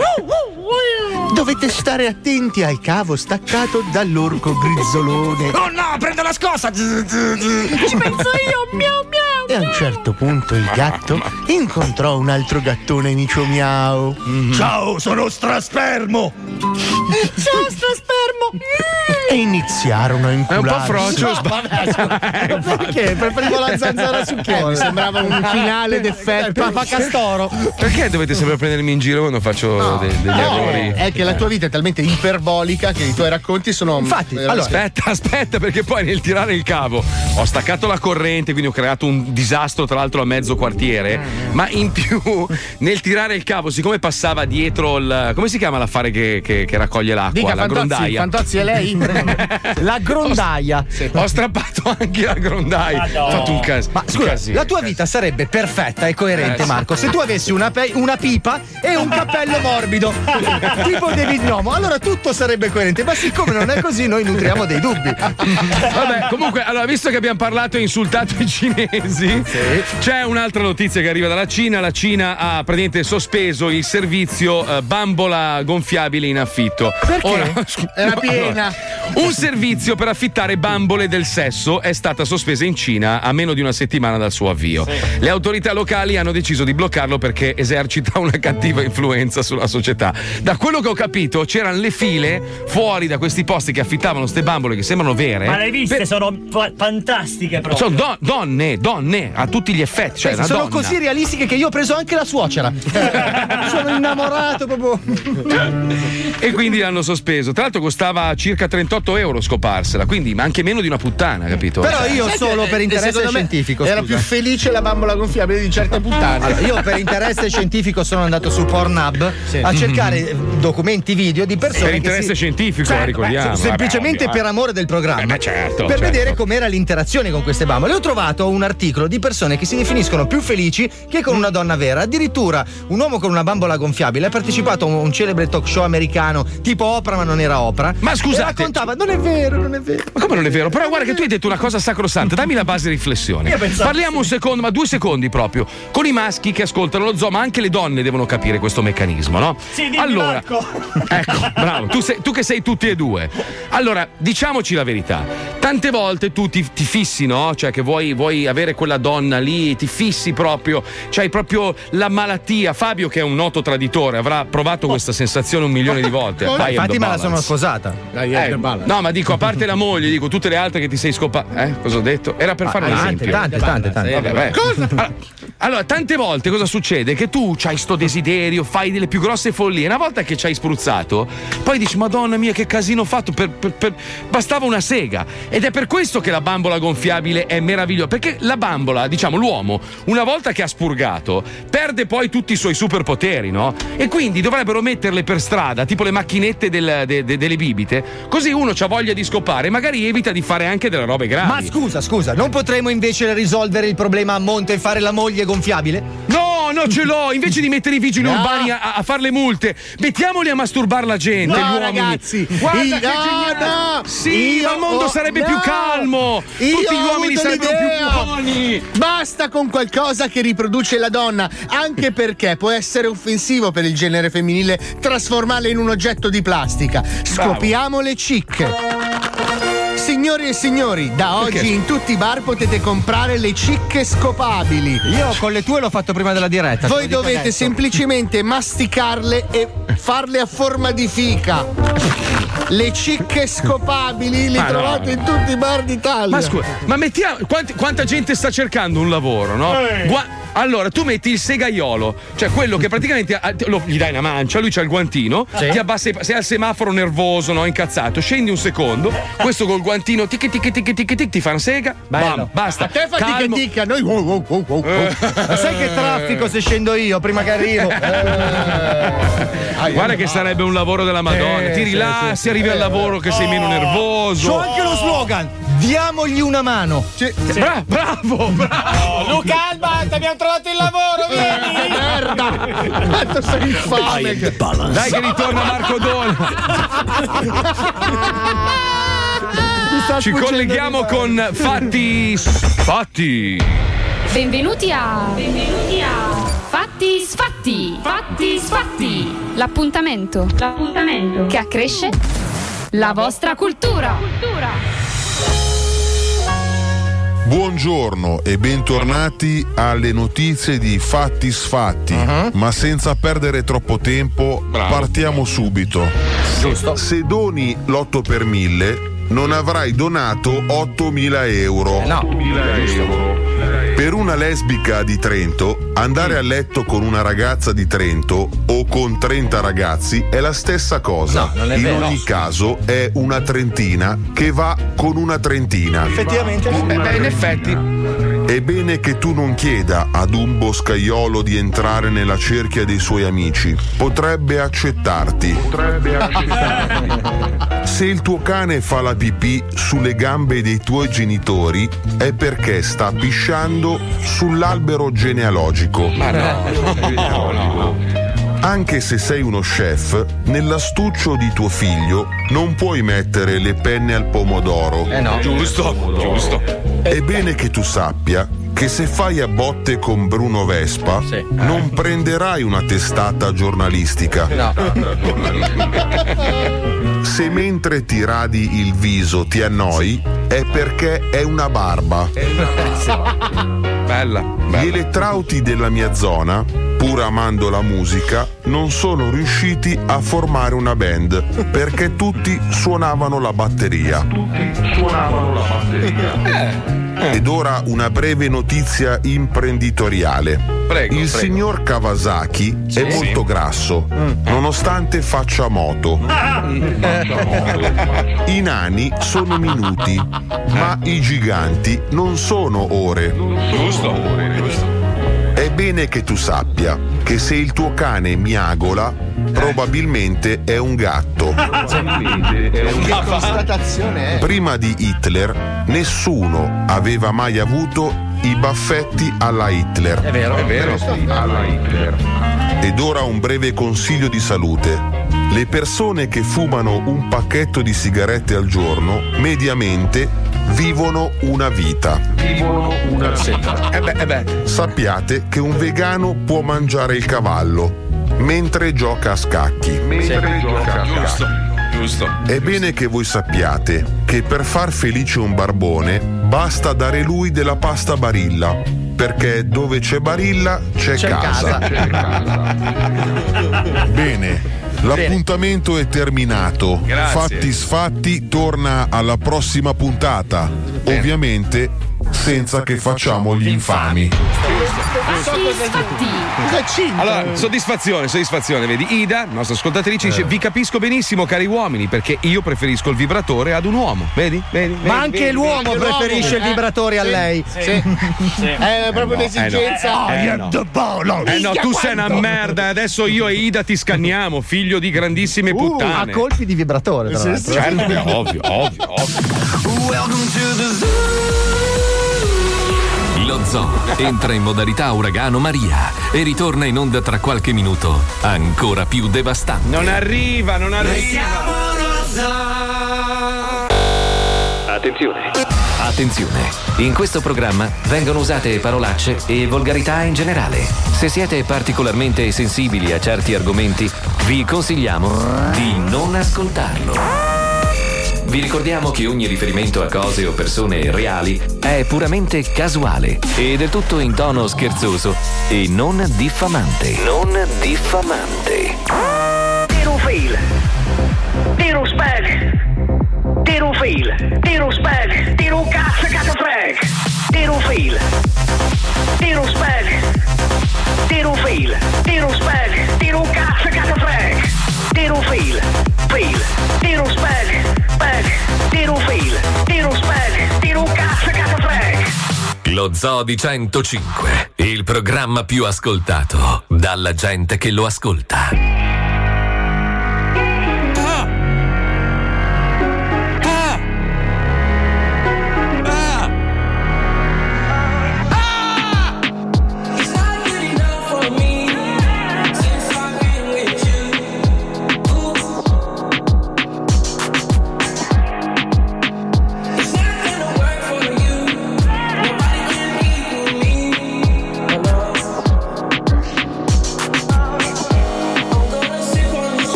Dovete stare attenti al cavo staccato dall'orco grizzolone. Oh no, prendo la scossa. Ci penso io, miau miau. E a un certo punto il gatto incontrò un altro gattone Micio Miau. Ciao, sono Straspermo. Ciao, sto spermo. E iniziarono a incularsi. È un po' frocio. Perché? Preferivo la zanzara su che? Mi sembrava un finale d'effetto. Papa Castoro. Perché dovete sempre prendermi in giro quando faccio degli errori? È che la tua vita è talmente iperbolica che i tuoi racconti sono. Infatti, allora, aspetta, perché poi nel tirare il cavo ho staccato la corrente, quindi ho creato un disastro tra l'altro a mezzo quartiere. Ma in più, nel tirare il cavo, siccome passava dietro il. Come si chiama l'affare che raccoglie l'acqua? Dica, la grondaia. Fantozzi è lei? La grondaia. Ho strappato anche la grondaia. Ho fatto un caso. Ma scusa, la tua vita sarebbe perfetta e coerente, Marco, se tu avessi una pipa e un cappello morbido, tipo David Nomo. Allora tutto sarebbe coerente, ma siccome non è così, noi nutriamo dei dubbi. Vabbè, comunque, allora, visto che abbiamo parlato e insultato i cinesi, c'è un'altra notizia che arriva dalla Cina. La Cina ha praticamente sospeso il servizio bambola gonfiabile in affitto. Perché? Era piena. Un servizio per affittare bambole del sesso è stata sospesa in Cina a meno di una settimana dal suo avvio. Le autorità locali hanno deciso di bloccarlo perché esercita una cattiva influenza sulla società. Da quello che ho capito, c'erano le file fuori da questi posti che affittavano queste bambole che sembrano vere. Ma le hai viste? Sono fantastiche proprio. Sono donne a tutti gli effetti. Cioè, sono donna. così realistiche che io ho preso anche la suocera. Sono innamorato proprio. E quindi l'hanno sospeso. Tra l'altro costava circa 38 euro scoparsela, quindi anche meno di una puttana, capito? Però io solo per interesse scientifico. Era più felice la bambola gonfiabile di certe puttane. Allora, io per interesse scientifico sono andato su Pornhub a cercare documenti video di persone. Per interesse scientifico, ricordiamo. Semplicemente per amore del programma. Certo. Per vedere com'era l'interazione con queste bambole. Ho trovato un articolo di persone che si definiscono più felici che con una donna vera. Addirittura un uomo con una bambola gonfiabile ha partecipato a un celebre talk show americano tipo Oprah, ma non era Oprah. Ma scusate, e raccontava, non è vero. Ma come non è vero? Però guarda che tu hai detto una cosa sacrosanta, dammi la base di riflessione. Parliamo un secondo, ma 2 secondi proprio, con i maschi che ascoltano lo zoo, ma anche le donne devono capire questo meccanismo, no? Sì, dimmi, allora, Marco. Ecco, bravo, tu che sei tutti e due. Allora, diciamoci la verità. Tante volte tu ti fissi, no? Cioè che vuoi avere quella donna lì, ti fissi proprio, c'hai proprio la malattia. Fabio, che è un noto traditore, avrà provato questa sensazione 1 milione di volte. Infatti me la sono sposata. No, ma dico, a parte la moglie, dico tutte le altre che ti sei scopata. Cosa ho detto? Era per fare un esempio. Tante. Vabbè. Cosa? Allora, tante volte cosa succede? Che tu c'hai sto desiderio, fai delle più grosse follie. Una volta che ci hai spruzzato, poi dici, Madonna mia, che casino ho fatto. Bastava una sega. Ed è per questo che la bambola gonfiabile è meravigliosa. Perché la bambola, diciamo, l'uomo, una volta che ha spurgato, perde poi tutti i suoi superpoteri, no? E quindi dovrebbero metterle per strada, tipo le macchinette delle bibite, così uno c'ha voglia di scopare e magari evita di fare anche delle robe gravi. Ma scusa, non potremmo invece risolvere il problema a monte e fare la moglie gonfiabile? No, ce l'ho! Invece di mettere i vigili urbani a fare le multe, mettiamoli a masturbare la gente, gli uomini. Ragazzi, guarda che geniale! Sì, ma il mondo sarebbe più calmo! Tutti gli uomini sarebbero più buoni! Basta con qualcosa che riproduce la donna, anche perché può essere offensivo per il genere femminile trasformarle in un oggetto di plastica. Scopiamo le cicche. Signori e signori, da oggi in tutti i bar potete comprare le cicche scopabili. Io con le tue l'ho fatto prima della diretta. Voi dovete semplicemente masticarle e farle a forma di fica. Le cicche scopabili le trovate in tutti i bar d'Italia. Ma scusa, ma mettiamo quanta gente sta cercando un lavoro, no? Allora, tu metti il segaiolo, cioè quello che praticamente gli dai una mancia, lui c'ha il guantino, ti abbassa, sei al semaforo nervoso, no? Incazzato, scendi un secondo, questo col guantino tic ti fa una sega, bam, basta. A te fa tic, a noi Ma sai che traffico se scendo io prima che arrivo? Guarda che sarebbe un lavoro della Madonna, ti rilassi, arrivi al lavoro che sei meno nervoso. C'ho anche lo slogan, diamogli una mano. Bravo. Luca Alba, ti abbiamo trovato il lavoro, vieni! Merda! Quanto sei infame! Dai che ritorna Marco Dona. Ci colleghiamo con Fatti. Benvenuti a Fatti Sfatti. L'appuntamento che accresce la vostra cultura. Buongiorno e bentornati alle notizie di Fatti Sfatti, ma senza perdere troppo tempo partiamo subito. Se doni l'8 per 1000 non avrai donato 8.000 euro. Per una lesbica di Trento, andare a letto con una ragazza di Trento o con 30 ragazzi è la stessa cosa. No, non è in vero. ogni caso è una trentina che va con una trentina. Effettivamente. In effetti. È bene che tu non chieda ad un boscaiolo di entrare nella cerchia dei suoi amici. Potrebbe accettarti. Se il tuo cane fa la pipì sulle gambe dei tuoi genitori è perché sta pisciando sull'albero genealogico. Ma no. Anche se sei uno chef, nell'astuccio di tuo figlio non puoi mettere le penne al pomodoro. No. Giusto. È bene che tu sappia che se fai a botte con Bruno Vespa non prenderai una testata giornalistica. Se mentre ti radi il viso ti annoi è perché è una barba. Bella. Gli elettrauti della mia zona, pur amando la musica, non sono riusciti a formare una band perché tutti suonavano la batteria. Ed ora una breve notizia imprenditoriale. Prego. Signor Kawasaki è molto grasso, nonostante faccia moto. I nani sono minuti, ma i giganti non sono ore. Giusto. È bene che tu sappia che se il tuo cane miagola, probabilmente è un gatto. Che constatazione è? Prima di Hitler, nessuno aveva mai avuto i baffetti alla Hitler. È vero. Alla Hitler. Ed ora un breve consiglio di salute. Le persone che fumano un pacchetto di sigarette al giorno, mediamente, vivono una vita. Sappiate che un vegano può mangiare il cavallo mentre gioca a scacchi. Giusto. È bene che voi sappiate che per far felice un barbone basta dare lui della pasta Barilla, perché dove c'è Barilla c'è casa. Bene. L'appuntamento è terminato. Grazie. Fatti Sfatti torna alla prossima puntata. Ovviamente senza che facciamo gli infami. Allora, soddisfazione, vedi? Ida, nostra ascoltatrice, dice: vi capisco benissimo, cari uomini, perché io preferisco il vibratore ad un uomo. Vedi? Ma anche l'uomo preferisce il vibratore a lei. Sì. È proprio un'esigenza. No, tu sei una merda. Adesso io e Ida ti scanniamo, figlio di grandissime puttane. A colpi di vibratore, tra l'altro. Certo, ovvio. Lo Zoo entra in modalità uragano Maria e ritorna in onda tra qualche minuto, ancora più devastante. Non arriva. Attenzione, in questo programma vengono usate parolacce e volgarità in generale. Se siete particolarmente sensibili a certi argomenti, vi consigliamo di non ascoltarlo. Vi ricordiamo che ogni riferimento a cose o persone reali è puramente casuale e del tutto in tono scherzoso e non diffamante. Tiro fil, tiro spec, tiro fil, tiro spec, tiro cazzo freg, tiro fil, tiro spec, tiro fil, tiro spec, tiro cazzo freg, tiro fil, tiro spec, tiro fil, tiro spec, tiro cazzo freg. Lo Zoo di 105, il programma più ascoltato dalla gente che lo ascolta.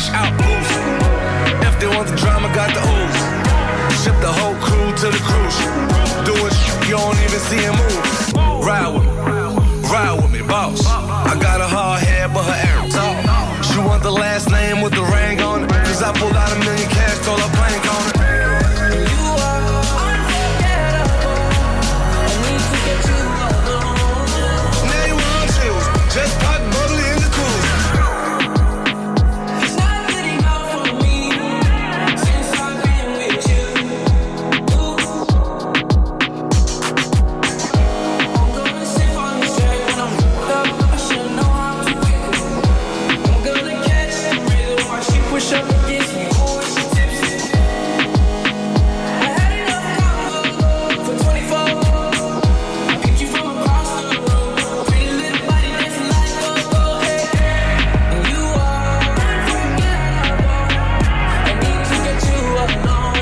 fresh out oozing. If they want the drama, got the ooze. Ship the whole crew to the cruise. Doing shit you don't even see him move. Ride with me, boss. I got a hard head, but her air tall. She want the last name with the ring on it. Cause I pulled out $1 million cash, told her plank on it. You are unforgettable. I need to get you alone. Now you want chills. Just pop bubbly in the cruise. It's not good enough for me since I've been with you. I'm gonna sip on this track when I'm up. I should know how to pick it. I'm gonna catch the rhythm while she push up against me. Oh, she tipsy. I had enough combo for 24. I picked you from across the road. Pretty little body dancing like go-go, hey. And you are unforgettable. I need to get you alone.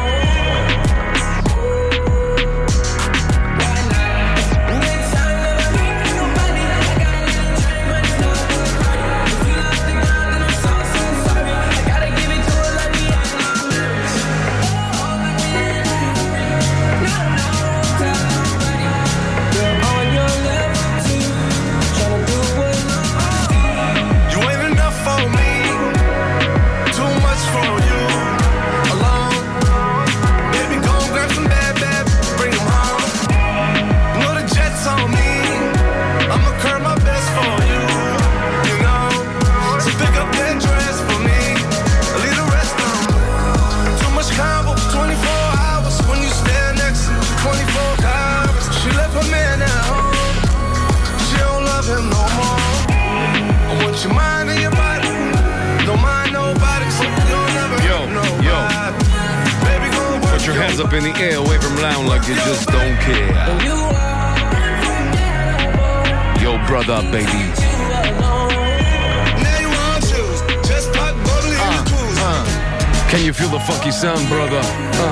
Why not? Next time that I meet nobody that I got a little train, but it's not good. If you love the girl, then I'm so sorry. I gotta give it to her like me, I'm nervous. On your level too, tryna do what you ain't enough for me, too much for you. Alone, baby, go and grab some bad, bring 'em home. Know the jet's on me, I'ma curb my best for you, you know. So pick up that dress for me, leave the rest on. Too much combo, 24 hours when you stand next to me, 24 hours. She left her man at home, she don't love him no more. I want your mind and your body, don't mind nobody, so you'll never hurt nobody. Baby, go work Put your hands up in the air, wave them around like you just don't care. Yo, brother, baby. Now you want shoes, just pop bubbly in the cruise. Can you feel the funky sound, brother?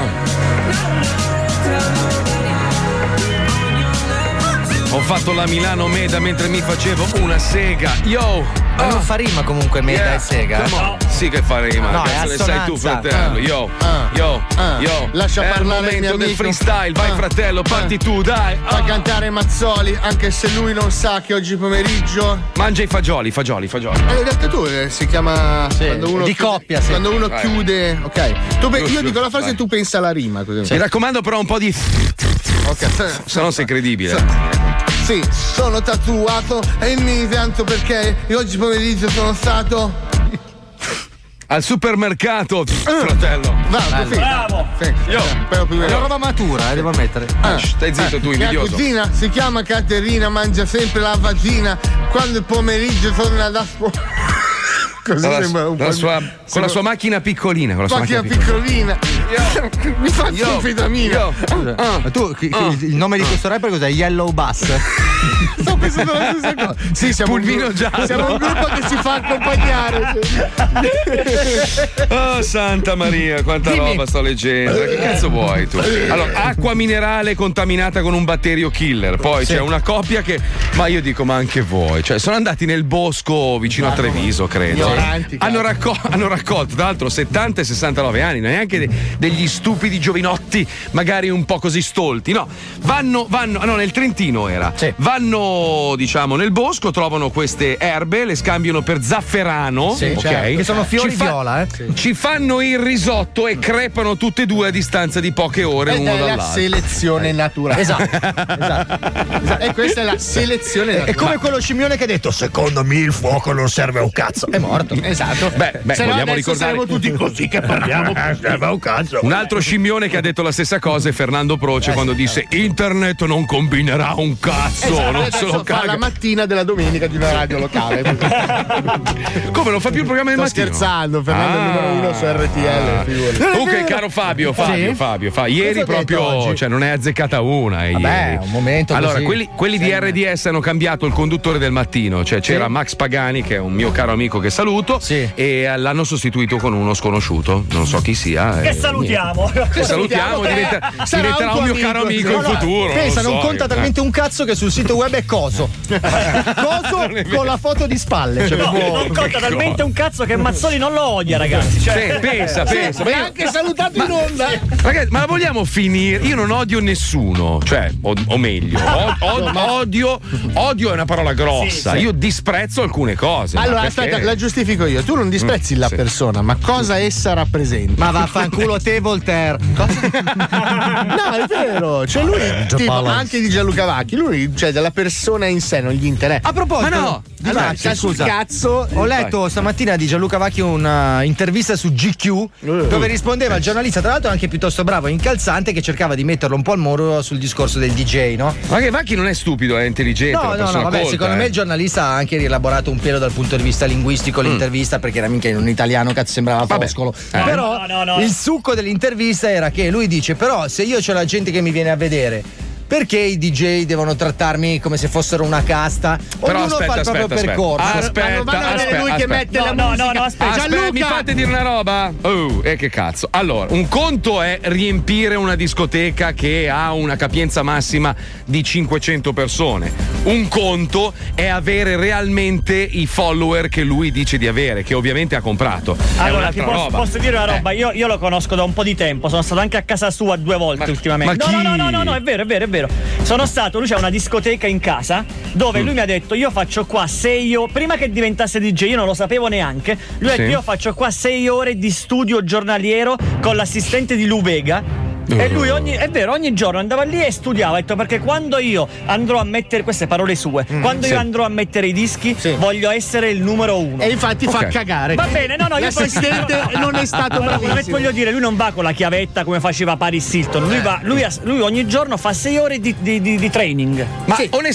Ho fatto la Milano Meda mentre mi facevo una sega. Yo! Ma non fa rima comunque Meda e Sega? Come on. Sì che fa rima, No, cazzo è ne sai tu, assonanza. fratello. Yo! Lascia È il parlare il momento mio del amico. freestyle, vai fratello, parti tu, dai. Fa cantare Mazzoli, anche se lui non sa che oggi pomeriggio. Mangia i fagioli. L'hai detto tu, si chiama quando uno di chiude, coppia, sì. quando uno Vai. chiude. Ok. Io dico la frase vai. e tu pensa alla rima. Così. Mi raccomando però un po' di. Ok. Se no sei credibile. Sì, sono tatuato e mi pianto perché oggi pomeriggio sono stato. Al supermercato, fratello. Bravo. Io. È una roba matura, devo ammettere. Stai zitto tu, Mia invidioso. cugina si chiama Caterina, mangia sempre la vagina quando il pomeriggio torna da scuola. Così sembra un po'. Con la sua macchina piccolina. Con la sua Macchina macchina piccolina. Mi faccio anfetamina. Ma tu, il nome di questo rapper cos'è? Yellow Bass? Sto pensando la stessa cosa. Sì, siamo Pulmino giallo. Siamo un gruppo che si fa accompagnare. Oh, Santa Maria, quanta roba sto leggendo. Che cazzo vuoi tu? Allora, acqua minerale contaminata con un batterio killer. Poi c'è una coppia che. Ma io dico, ma anche voi. Cioè, sono andati nel bosco vicino a Treviso, credo. Hanno raccolto, tra l'altro, 70 e 69 anni, neanche degli stupidi giovinotti, magari un po' così stolti. No, vanno, no, nel Trentino era. Vanno, diciamo, nel bosco, trovano queste erbe, le scambiano per zafferano, Sì, ok? certo. Che sono fiori viola, Ci fanno il risotto e crepano tutte e due a distanza di poche ore Ed l'uno è la dall'altro. selezione naturale. Esatto. E questa è la selezione naturale. È come quello scimmione che ha detto: secondo me il fuoco non serve a un cazzo. È morto. Esatto. Beh, Se no vogliamo adesso ricordare saremo tutti così che parliamo. Serve a un cazzo. un altro scimmione che ha detto la stessa cosa è Fernando Proce quando disse internet non combinerà un cazzo, non se lo Fa caga. la mattina della domenica di una radio locale. Come non fa più il programma del Sto mattino? scherzando, Fernando è il numero uno su RTL. figurati. Comunque, caro Fabio, ieri Cosa ho proprio, detto oggi? cioè non è azzeccata una. Vabbè, ieri. un momento Allora, così. quelli di RDS hanno cambiato il conduttore del mattino, cioè c'era Max Pagani, che è un mio caro amico che saluto, e l'hanno sostituito con uno sconosciuto, non so chi sia. Che salutiamo. salutiamo. Salutiamo, diventerà un mio caro amico in futuro. Pensa, non conta talmente un cazzo che sul sito web è coso. Coso con la foto di spalle. Cioè, non conta talmente un cazzo che Mazzoli non lo odia, ragazzi. Cioè. Pensa. Mi ha anche salutato in onda. Ragazzi, ma la vogliamo finire? Io non odio nessuno, cioè, o meglio, odio è una parola grossa. Io disprezzo alcune cose. Allora, aspetta, la giustifico io. Tu non disprezzi la persona, ma cosa essa rappresenta? Ma vaffanculo te, Voltaire. No, è vero. Cioè lui, tipo, anche di Gianluca Vacchi, lui, cioè della persona in sé non gli interessa. A proposito, ma no, allora, scusa. Cazzo. Ho letto stamattina di Gianluca Vacchi una intervista su GQ dove rispondeva il giornalista, tra l'altro anche piuttosto bravo e incalzante, che cercava di metterlo un po' al muro sul discorso del DJ, no? Ma che Vacchi non è stupido, è intelligente. No, vabbè, colta, secondo me il giornalista ha anche rielaborato un pelo dal punto di vista linguistico l'intervista, perché era minchia in un italiano, cazzo, sembrava foscolo. Però il succo dell'intervista era che lui dice: però se io c'ho la gente che mi viene a vedere, perché i DJ devono trattarmi come se fossero una casta? Però ognuno fa il proprio percorso. Aspetta, lui che mette la musica. Aspetta, mi fate dire una roba? Che cazzo. Allora, un conto è riempire una discoteca che ha una capienza massima di 500 persone. Un conto è avere realmente i follower che lui dice di avere, che ovviamente ha comprato. Allora, posso dire una roba? Io lo conosco da un po' di tempo, sono stato anche a casa sua 2 volte ultimamente. No, è vero. Sono stato, lui c'ha una discoteca in casa dove lui mi ha detto: io faccio qua 6 ore, prima che diventasse DJ, io non lo sapevo neanche. Lui ha detto: io faccio qua 6 ore di studio giornaliero con l'assistente di Lou Bega. E lui ogni giorno andava lì e studiava. Ha detto: perché quando io andrò a mettere, queste parole sue, quando io andrò a mettere i dischi, voglio essere il numero 1. E infatti fa cagare. Va bene, no, io l'assistente non è stato bravissimo. Voglio dire, lui non va con la chiavetta come faceva Paris Hilton. Lui ogni giorno fa 6 ore di training. Ma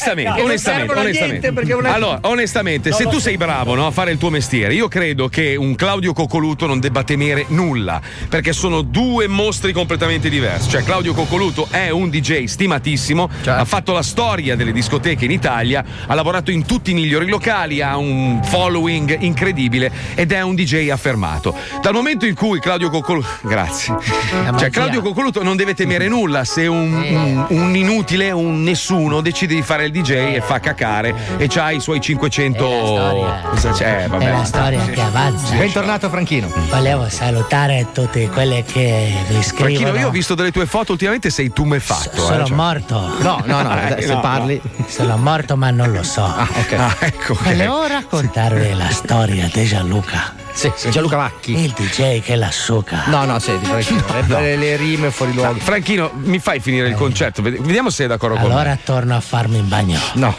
onestamente. Allora, onestamente, se tu sei bravo, no, a fare il tuo mestiere, io credo che un Claudio Coccoluto non debba temere nulla, perché sono 2 mostri completamente diversi. Cioè, Claudio Coccoluto è un DJ stimatissimo, ha fatto la storia delle discoteche in Italia, ha lavorato in tutti i migliori locali, ha un following incredibile ed è un DJ affermato. Dal momento in cui Claudio Coccoluto, grazie, cioè Claudio Coccoluto non deve temere nulla se un inutile, un nessuno decide di fare il DJ e fa cacare e c'ha i suoi 500. È la storia che avanza. Bentornato Franchino. Volevo salutare tutti quelli che mi scrivono. Franchino, io ho visto delle tue foto ultimamente, sei tumefatto. Sono morto. No, se parli. Sono morto ma non lo so. Ecco. Volevo raccontarvi la storia di Gianluca. Sì, Gianluca Vacchi. Il DJ che la succa. No, senti, Franchino, le rime fuori luogo. Franchino, mi fai finire il concetto? Vediamo se è d'accordo con me. Allora torno a farmi in bagno. No.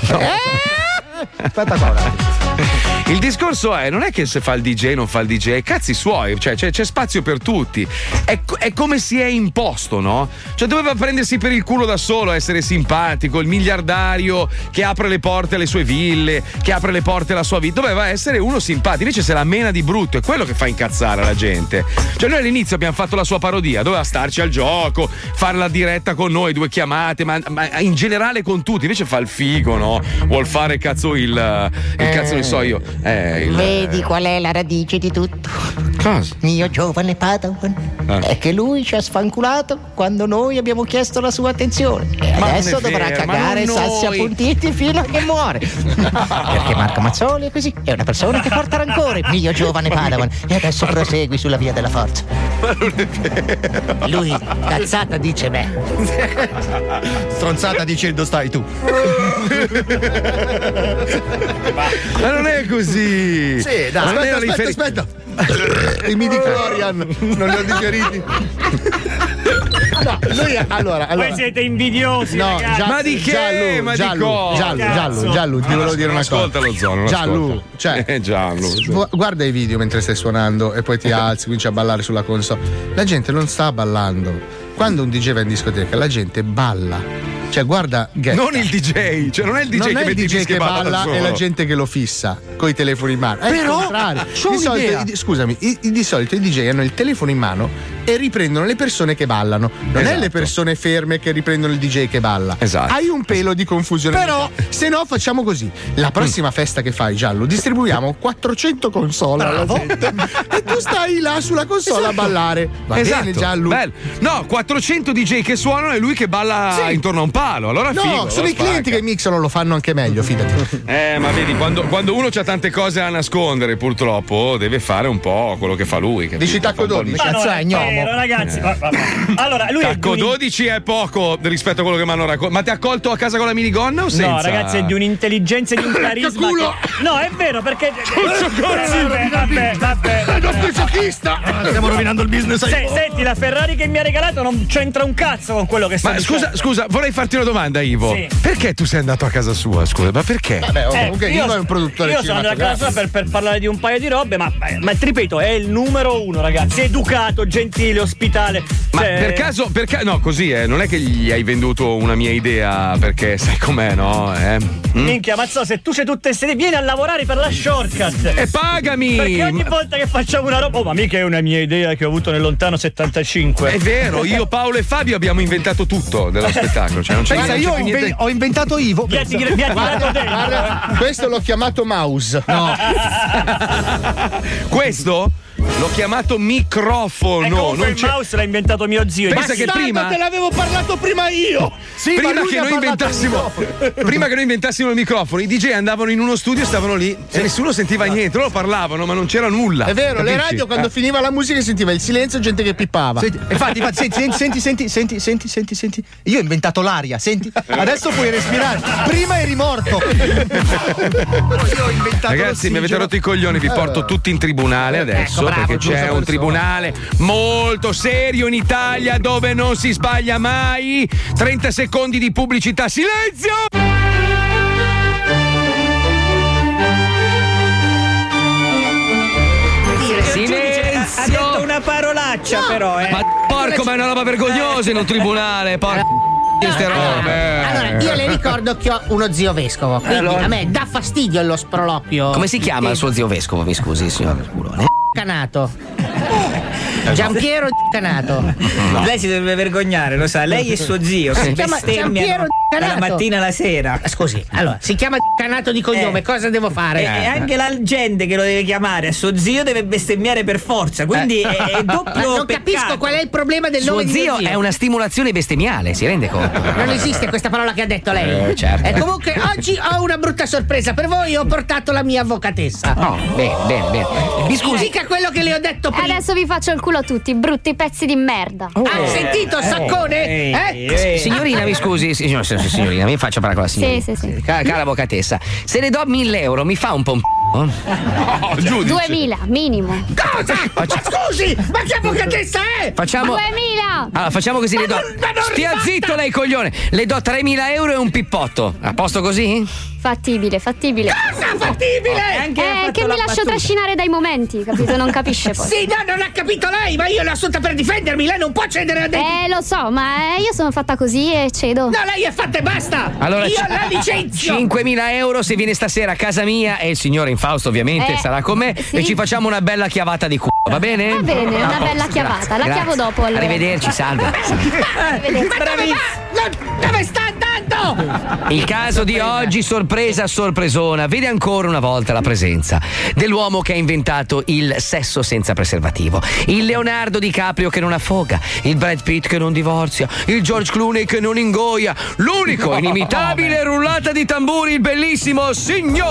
Aspetta qua un attimo. Il discorso non è che se fa il DJ non fa il DJ, cazzi suoi, cioè c'è spazio per tutti. È come si è imposto, no? Cioè doveva prendersi per il culo da solo, essere simpatico, il miliardario che apre le porte alle sue ville, che apre le porte alla sua vita, doveva essere uno simpatico, invece se la mena di brutto, è quello che fa incazzare la gente. Cioè noi all'inizio abbiamo fatto la sua parodia, doveva starci al gioco, fare la diretta con noi, 2 chiamate, ma in generale con tutti, invece fa il figo, no? Vuol fare cazzo il cazzo ne so io. Vedi qual è la radice di tutto? Cosa? Mio giovane Padawan è che lui ci ha sfanculato quando noi abbiamo chiesto la sua attenzione e adesso dovrà cagare sassi appuntiti fino a che muore. Perché Marco Mazzoli è così, è una persona che porta rancore, mio giovane Padawan, e adesso prosegui sulla via della forza. Ma non è vero. Lui cazzata dice me, stronzata dicendo stai tu. Ma non è così. Sì, dai, aspetta. I midi-chlorian non li ho digeriti. No, allora. Voi siete invidiosi, no, ragazzi. Ma di che? Ma di cosa? Giallo, ti volevo dire una cosa. Ascolta lo Zono. Giallo, cioè, guarda i video mentre stai suonando e poi ti alzi, cominci a ballare sulla console. La gente non sta ballando. Quando un DJ va in discoteca, la gente balla. Cioè, guarda, non il DJ, cioè non è il DJ non che è il DJ che balla, è la gente gente che lo fissa coi telefoni in mano. È però di solito i DJ hanno il telefono in mano e riprendono le persone che ballano. Non è le persone ferme che riprendono il DJ che balla. Esatto. Hai un pelo di confusione. Però, se no, facciamo così. La prossima festa che fai, Giallo, distribuiamo 400 console alla gente e tu stai là sulla console a ballare. Va bene, Giallo? Bello. No, 400 DJ che suonano e lui che balla intorno a un palo. Allora no, figo, sono i clienti che mixano, lo fanno anche meglio, fidati. Ma vedi, quando uno c'ha tante cose da nascondere, purtroppo deve fare un po' quello che fa lui. Dici tacco 12, cazzo è gnomo. Ragazzi, allora lui tacco 12 è poco rispetto a quello che mi hanno raccontato. Ma ti ha accolto a casa con la minigonna o senza? No, ragazzi, è di un'intelligenza e di un carisma. No, è vero, perché. Vabbè. Doppio giochista! Stiamo rovinando il business. Senti, la Ferrari che mi ha regalato non c'entra un cazzo con quello che sta dicendo. Scusa, vorrei farti una domanda, Ivo. Sì. Perché tu sei andato a casa sua? Scusa, ma perché? Vabbè, comunque Ivo è un produttore Io sono andato a casa sua per parlare di un paio di robe, ma ti ripeto, è il numero uno, ragazzi. Educato, gentile, ospitale. Ma per caso, no, così non è che gli hai venduto una mia idea perché sai com'è, no? Minchia, Mazzo, se tu sei tutte serie, vieni a lavorare per la shortcut e pagami! Perché ogni volta che facciamo una roba, ma mica è una mia idea che ho avuto nel lontano 75. È vero, io, Paolo e Fabio abbiamo inventato tutto dello spettacolo. Cioè non c'è Pensa, io ho inventato Ivo. Mi ha tirato dentro. Questo l'ho chiamato mouse. No. Questo? L'ho chiamato microfono. Non il mouse l'ha inventato mio zio. Pensa che prima te l'avevo parlato prima io. Sì, prima che noi inventassimo il microfono, i DJ andavano in uno studio e stavano lì e nessuno sentiva niente. Loro parlavano, ma non c'era nulla. È vero, capisci? le radio quando finiva la musica sentiva il silenzio e gente che pippava. Infatti, senti. Io ho inventato l'aria, senti. Adesso puoi respirare. Prima eri morto. Io ho inventato. Ragazzi, mi avete rotto i coglioni, vi porto tutti in tribunale adesso. Bravo, perché c'è un tribunale molto serio in Italia dove non si sbaglia mai. 30 secondi di pubblicità, silenzio! Silenzio! Ha detto una parolaccia, però, Ma porco, ma è una roba vergognosa in un tribunale, porco. Allora, io le ricordo che ho uno zio vescovo, quindi a me dà fastidio lo sproloquio. Come si chiama il suo zio vescovo? Mi scusi, signor Culone. Canato. Giampiero Canato. No. Lei si dovrebbe vergognare, lo sa. Lei è suo zio. Si bestemmiano dalla mattina alla sera. Scusi, allora, si chiama Canato di cognome, cosa devo fare? E anche la gente che lo deve chiamare a suo zio deve bestemmiare per forza, quindi è doppio non capisco qual è il problema del nome di zio. È una stimolazione bestemmiale, si rende conto? Non esiste questa parola che ha detto lei. Certo. E comunque oggi ho una brutta sorpresa per voi, ho portato la mia avvocatessa. Oh, bene. Mi scusi. Dica quello che le ho detto prima. Adesso vi faccio il culo a tutti, brutti pezzi di merda. Hai sentito, saccone? Signorina, mi scusi, signorina, mi faccio parlare con la signorina. Sì. Cara avvocatessa, se le do 1.000 euro mi fa un po'. No, 2000 minimo. Cosa? Ma scusi, ma che avvocatessa è? Facciamo 2000. Allora, facciamo così, le do. Stia zitto lei, coglione. Le do 3.000 euro e un pippotto. A posto così? Fattibile. Cosa fattibile? Che mi lascio trascinare dai momenti, capito? Non capisce poi. Sì, no, non ha capito lei, ma io l'ho assunta per difendermi, lei non può cedere a dei. Lo so, ma io sono fatta così e cedo. No, lei è fatta e basta. Allora, io la licenzio. 5.000 euro se viene stasera a casa mia e il signore Infausto ovviamente sarà con me e ci facciamo una bella chiavata di culo, va bene? Va bene, una bella chiavata. La chiavo dopo allora. Arrivederci, salve. Dove sta andando? Il caso di oggi, sorpresona, vede ancora una volta la presenza dell'uomo che ha inventato il sesso senza preservativo, il Leonardo DiCaprio che non affoga, il Brad Pitt che non divorzia, il George Clooney che non ingoia, l'unico inimitabile rullata di tamburi, il bellissimo signor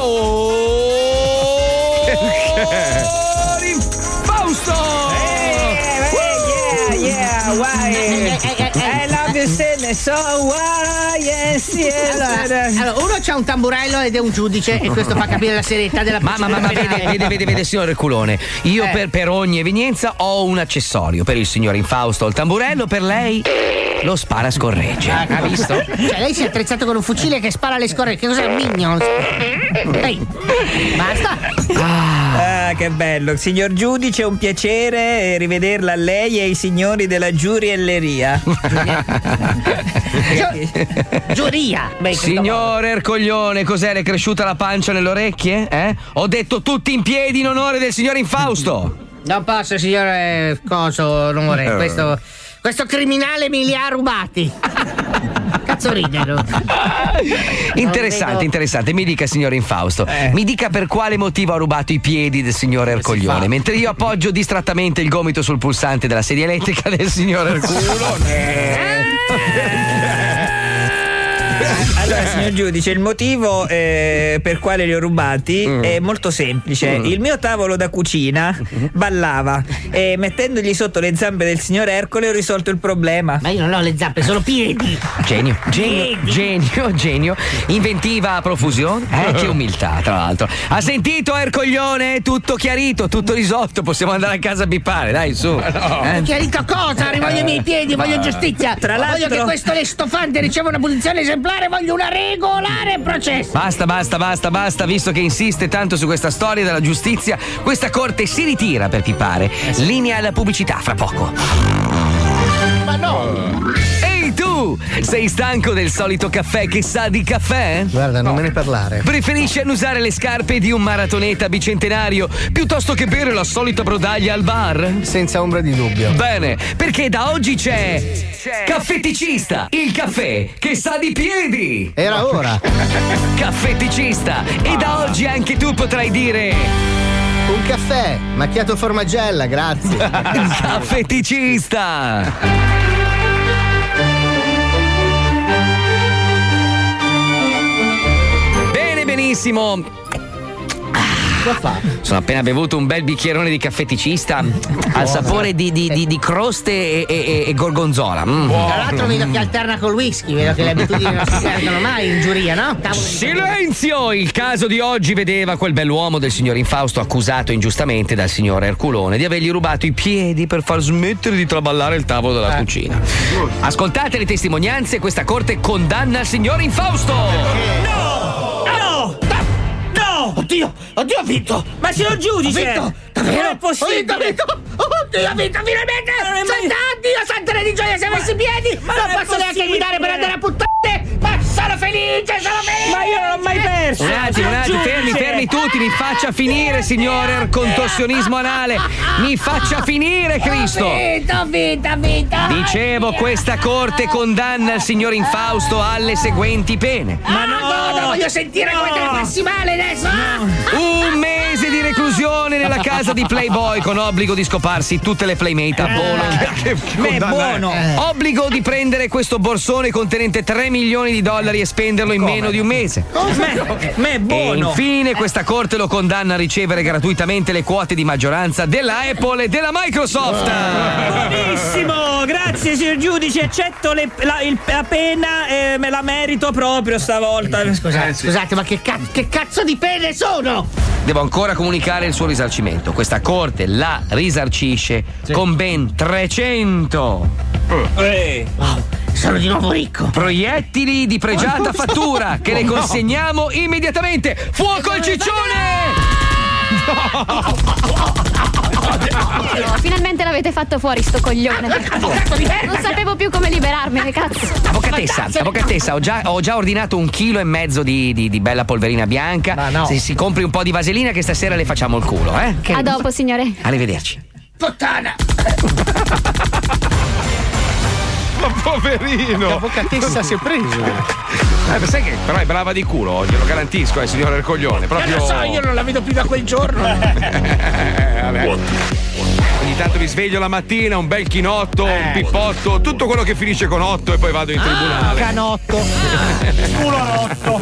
Fausto! I love you so allora, uno c'ha un tamburello ed è un giudice e questo fa capire la serietà della procedura. Ma vede, signor Culone, io per ogni evenienza ho un accessorio. Per il signor Infausto il tamburello, per lei lo spara scorregge. Ha visto? Cioè lei si è attrezzato con un fucile che spara le scorregge. Che cos'è un minion? Ehi, basta. Che bello. Signor giudice, è un piacere rivederla a lei e ai signori della giurielleria. Giuria. Signor Ercoglione, cos'è? Le è cresciuta la pancia nelle orecchie? Ho detto tutti in piedi in onore del signor Infausto. Non posso, signore Coso, onore. Questo criminale me li ha rubati. Cazzo ridero. Interessante. Mi dica, signor Infausto, mi dica per quale motivo ha rubato i piedi del signor Ercoglione, mentre io appoggio distrattamente il gomito sul pulsante della sedia elettrica del signor Erculone. Allora, signor giudice, il motivo per quale li ho rubati è molto semplice. Il mio tavolo da cucina ballava e mettendogli sotto le zampe del signor Ercole ho risolto il problema. Ma io non ho le zampe, sono piedi. Genio. Inventiva a profusione. Che umiltà, tra l'altro. Ha sentito, Ercoglione? Tutto chiarito, tutto risolto. Possiamo andare a casa a bippare, dai, su. Chiarito cosa? Rivoglio i miei piedi, voglio giustizia. Tra l'altro, voglio che questo lestofante riceva una punizione esemplare, voglio una regolare processo. Basta, visto che insiste tanto su questa storia della giustizia, questa corte si ritira per pippare. Linea alla pubblicità, fra poco. Ma no! Ehi tu! Sei stanco del solito caffè che sa di caffè? Guarda, non me ne parlare. Preferisci annusare le scarpe di un maratoneta bicentenario piuttosto che bere la solita brodaglia al bar? Senza ombra di dubbio. Bene, perché da oggi c'è Caffetticista, il caffè che sa di piedi. Era ora. Caffetticista, e da oggi anche tu potrai dire: un caffè macchiato formaggella, grazie. Caffetticista. Benissimo. Sono appena bevuto un bel bicchierone di caffetticista al sapore di croste e gorgonzola. Tra l'altro vedo che alterna col whisky, vedo che le abitudini non si perdono mai in giuria, no? Silenzio! Il caso di oggi vedeva quel bell'uomo del signor Infausto accusato ingiustamente dal signor Erculone di avergli rubato i piedi per far smettere di traballare il tavolo della cucina. Ascoltate le testimonianze, questa corte condanna il signor Infausto. Oddio, ho vinto! Ma signor giudice! Ho vinto! Davvero? Non è possibile! Ho vinto! Oddio, ho vinto finalmente! Oddio, sant'Anna di gioia, siamo messi in piedi! Non posso neanche guidare per andare a puttane! Ma sono felice! Ma io non l'ho mai perso! Un attimo, fermi tutti, mi faccia finire, signore contorsionismo anale! Mi faccia finire, Cristo! Ho vinto! Dicevo, questa corte condanna il signor Infausto alle seguenti pene. Ma no, voglio sentire come te la passi male adesso! Un mese di reclusione nella casa di Playboy con obbligo di scoparsi tutte le playmate a volo. È buono! Obbligo di prendere questo borsone contenente $3 milioni e spenderlo in meno di un mese. Ma è buono! E infine questa corte lo condanna a ricevere gratuitamente le quote di maggioranza della Apple e della Microsoft. Buonissimo! Grazie, signor giudice, accetto la pena, me la merito proprio stavolta. Scusate, ma che cazzo di pene sono? Devo ancora comunicare il suo risarcimento. Questa corte la risarcisce con ben 300 sono di nuovo ricco. Proiettili di pregiata fattura che le consegniamo immediatamente. Fuoco al ciccione! Finalmente l'avete fatto fuori, sto coglione. Non sapevo più come liberarmene, cazzo. Avvocatessa, ho già ordinato 1,5 kg di bella polverina bianca. Ma no. Se si compri un po' di vaselina che stasera le facciamo il culo, eh? A dopo, signore. Arrivederci. Puttana! Ma poverino! L'avvocatessa si è preso. Sai che però è brava di culo, glielo garantisco, signore Ercoglione. Proprio... Lo so, io non la vedo più da quel giorno. Vabbè. Ogni tanto mi sveglio la mattina, un bel chinotto, un pippotto, tutto quello che finisce con 8 e poi vado in tribunale. Canotto. Culorotto.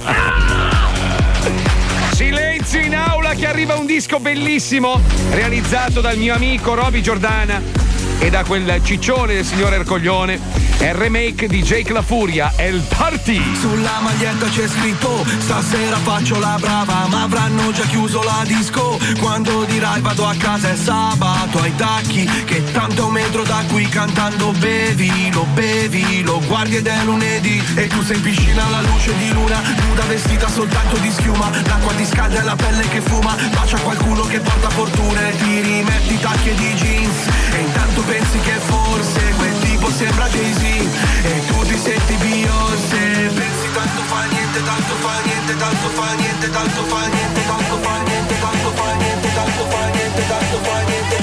Silenzio in aula che arriva un disco bellissimo realizzato dal mio amico Roby Giordana e da quel ciccione del signor Ercoglione. È il remake di Jake La Furia, è il Party. Sulla maglietta c'è scritto stasera faccio la brava, ma avranno già chiuso la disco quando dirai vado a casa è sabato ai tacchi, che tanto è 1 metro da qui cantando bevilo, guardi ed è lunedì e tu sei in piscina alla luce di luna, nuda vestita soltanto di schiuma, l'acqua ti scalda e la pelle che fuma, bacia qualcuno che porta fortuna e ti rimetti i tacchi e i jeans e intanto pensi che forse quel tipo sembra Jay-Z e tu ti senti Beyoncé, pensi tanto fa niente, tanto fa niente, tanto fa niente, tanto fa niente, tanto fa niente, tanto fa niente, tanto fa niente, tanto fa niente.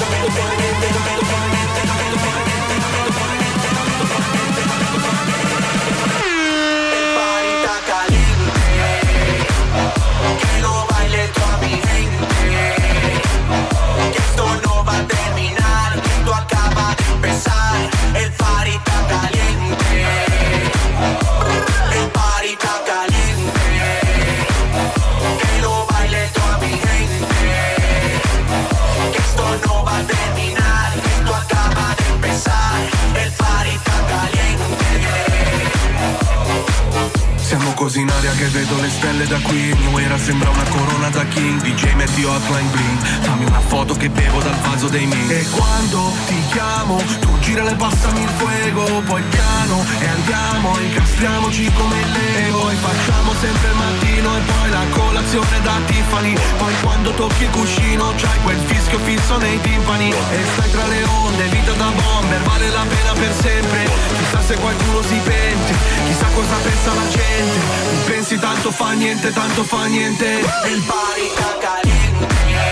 Siamo così in aria che vedo le stelle da qui. New Era sembra una corona da king. DJ metti hotline bling, fammi una foto che bevo dal vaso dei miei. E quando ti chiamo, tu girala e passami il fuego. Poi piano e andiamo, incastriamoci come il Lego. E facciamo sempre il mattino e poi la colazione da Tiffany. Poi quando tocchi il cuscino c'hai quel fischio fisso nei timpani. E stai tra le onde, vita da bomber, vale la pena per sempre. Chissà se qualcuno si pente, chissà cosa pensa la gente. Pensi tanto fa niente, tanto fa niente. El party está caliente.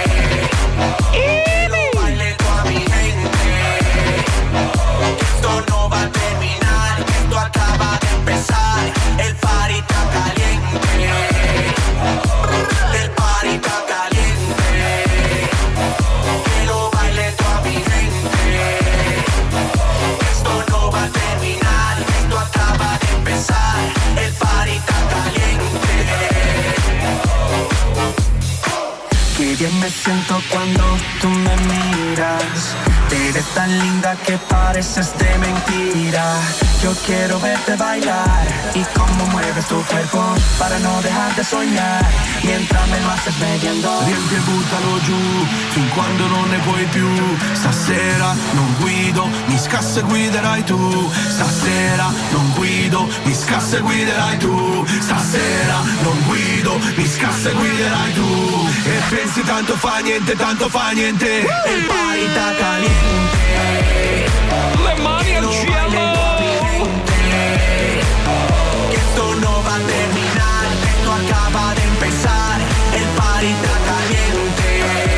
Y lo baile toda mi gente. Esto no va a terminar, esto acaba de empezar. El party está caliente. El party está caliente. Que lo baile toda mi gente. Esto no va a terminar, esto acaba de empezar. El party está caliente. Qué bien me siento cuando tú me miras. Te ves tan linda que pareces de mentira. Yo quiero verte bailar y cómo mueves tu cuerpo para no dejar de soñar. Mientras me lo haces beviendo. Riempie e buttalo giù fin quando non ne puoi più. Stasera non guido, mi scassa e guiderai tu. Stasera non guido, mi scassa e guiderai tu. Stasera non guido, mi scassa e guiderai tu. E pensi tanto fa niente, tanto fa niente. Il party sta caliente. Le mani al cielo. Que esto no va a terminar, esto acaba de empezar. El party está caliente.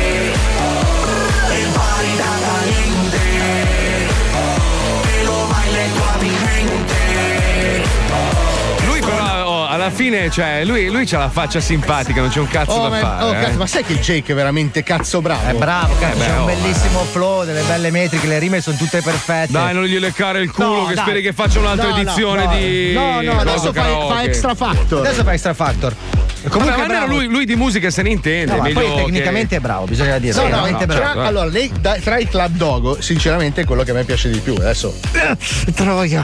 El party está caliente. Que lo baile toda mi gente. Lui però alla fine, cioè, lui c'ha la faccia simpatica, non c'è un cazzo da fare. Cazzo, ma sai che Jake è veramente cazzo bravo? È bravo, cazzo, c'è un oh. bellissimo flow, delle belle metriche, le rime sono tutte perfette. Dai, non gli leccare il culo, No, che dai. speri che faccia un'altra edizione di. No, adesso fa Extra Factor. Adesso fa Extra Factor. Comunque almeno bravo. lui di musica se ne intende. No, ma meglio poi tecnicamente è bravo, bisogna dire. veramente bravo. Allora, lei tra i Club Dogo, sinceramente è quello che a me piace di più. Adesso. Troia.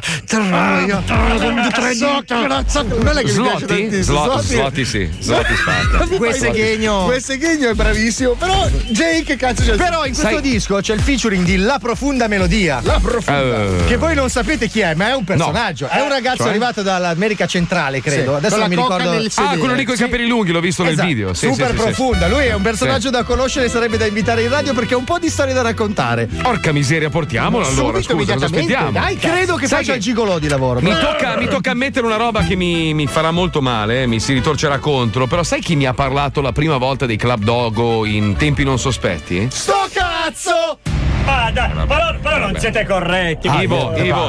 Non è che mi piace tantissimo. Slotti sì, Slotti spacca. Guesseghegno è bravissimo, però Jake cazzo c'è. Però in questo disco c'è il featuring di La Profonda Melodia. La Profonda. Che voi non sapete chi è, ma è un personaggio. È un ragazzo Cioè? arrivato dall'America Centrale, credo. Sì, Adesso con non mi la coca ricordo. nel sedere. Quello lì con i capelli lunghi, l'ho visto Esatto. nel video. Sì, Super sì, profonda. Lui è un personaggio Sì. da conoscere, sarebbe da invitare in radio perché ha un po' di storie da raccontare. Porca miseria, portiamolo allora. Subito, Scusa, cosa immediatamente, aspettiamo? dai, credo che faccia il gigolò di lavoro. Mi tocca ammettere una roba che mi farà molto male, mi si ritorcerà contro. Però sai chi mi ha parlato la prima volta dei Club Dogo in tempi non sospetti? Sto cazzo! Ah, dai, però non siete corretti. Ivo,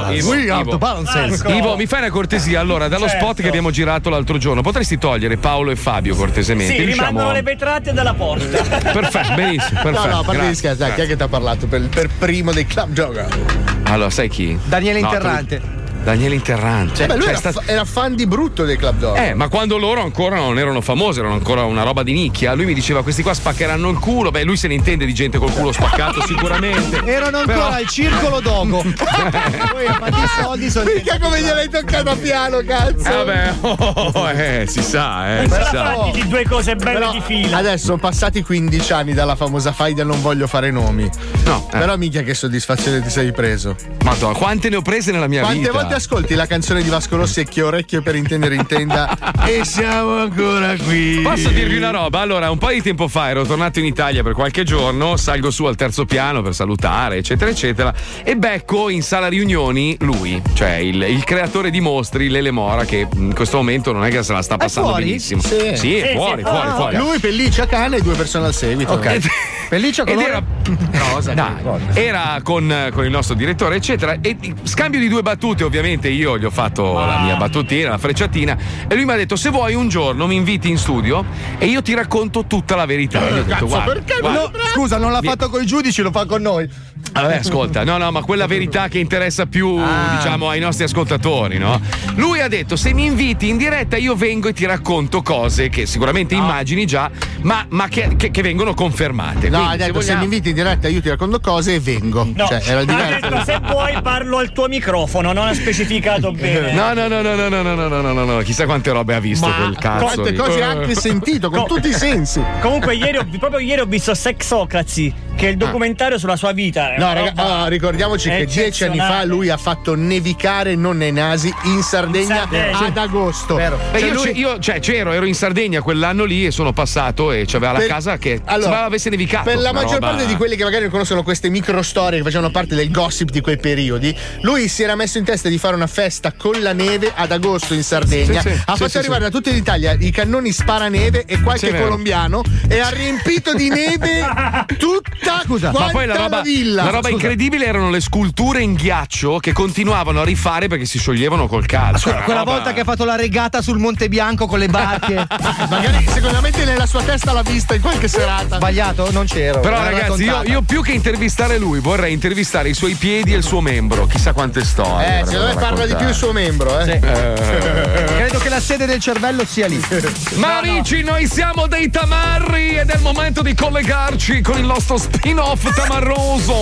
mi fai una cortesia? Allora, dallo Certo. spot che abbiamo girato l'altro giorno, potresti togliere Paolo e Fabio cortesemente? Sì, Riusciamo- rimandano le vetrate dalla porta. Perfetto, benissimo, perfetto. No, a parte grazie, gli scherzi, dai, chi è che ti ha parlato per primo dei Club Dogo? Allora, sai chi? Daniele No, Interrante. Daniele Interrante. Beh, lui Cioè, era fan di brutto dei Club Dogo. Ma quando loro ancora non erano famosi, erano ancora una roba di nicchia. Lui mi diceva questi qua spaccheranno il culo. Beh, lui se ne intende di gente col culo spaccato sicuramente. Erano ancora Però- al circolo Dogo. Poi a fare i soldi sono. Mica come gliel'hai toccata piano, cazzo. Vabbè, si sa, si Però sa. fatti di due cose belle Però di fila. adesso sono passati 15 anni dalla famosa faida, non voglio fare nomi. No. Però mica che soddisfazione ti sei preso. Madonna, quante ne ho prese nella mia Quante vita? volte ascolti la canzone di Vasco Rossi e Che orecchio per intendere intenda e siamo ancora qui. Posso dirvi una roba? Allora, un po' di tempo fa ero tornato in Italia per qualche giorno, salgo su al terzo piano per salutare, eccetera, eccetera, e becco in sala riunioni lui, cioè il creatore di Mostri, Lele Mora, che in questo momento non è che se la sta passando fuori? benissimo. Sì. È fuori. Lui, Pelliccia, Cane e 2 persone al seguito. Ok. Pelliccia Ed colore rosa. Era con il nostro direttore, eccetera, e scambio di 2 battute, ovviamente io gli ho fatto la mia battutina, la frecciatina, e lui mi ha detto: se vuoi un giorno mi inviti in studio e io ti racconto tutta la verità. E gli ho detto: guarda, No, scusa, non l'ha fatto con i giudici, lo fa con noi. Vabbè, ascolta, no, ma quella verità che interessa più, diciamo, ai nostri ascoltatori, no? Lui ha detto: se mi inviti in diretta io vengo e ti racconto cose che sicuramente immagini già, ma che vengono confermate. No, quindi, ha detto: se mi inviti in diretta io ti racconto cose e vengo. No, cioè, era ha diverso. detto se vuoi parlo al tuo microfono, non ha specificato bene. No, chissà quante robe ha visto quel cazzo. Quante cose ha anche sentito, con tutti i sensi. Comunque proprio ieri ho visto Sexocracy, che è il documentario sulla sua vita. No, raga, ricordiamoci che 10 anni fa lui ha fatto nevicare non nei nasi in Sardegna ad agosto. Io ero in Sardegna quell'anno lì e sono passato e c'aveva la casa che sembrava avesse nevicato. Per la maggior parte di quelli che magari non conoscono queste micro storie che facevano parte del gossip di quei periodi, lui si era messo in testa di fare una festa con la neve ad agosto in Sardegna. Ha fatto arrivare da tutta l'Italia i cannoni sparaneve e qualche colombiano e ha riempito di neve tutta ma poi la villa. La roba incredibile erano le sculture in ghiaccio che continuavano a rifare perché si scioglievano col caldo. Quella volta che ha fatto la regata sul Monte Bianco con le barche. Magari secondo me nella sua testa l'ha vista in qualche serata. Sbagliato? Non c'ero. Però ragazzi, io più che intervistare lui vorrei intervistare i suoi piedi e il suo membro. Chissà quante storie. Secondo me parla di più il suo membro. Sì. Credo che la sede del cervello sia lì. Ma amici, noi siamo dei tamarri ed è il momento di collegarci con il nostro spin-off tamarroso.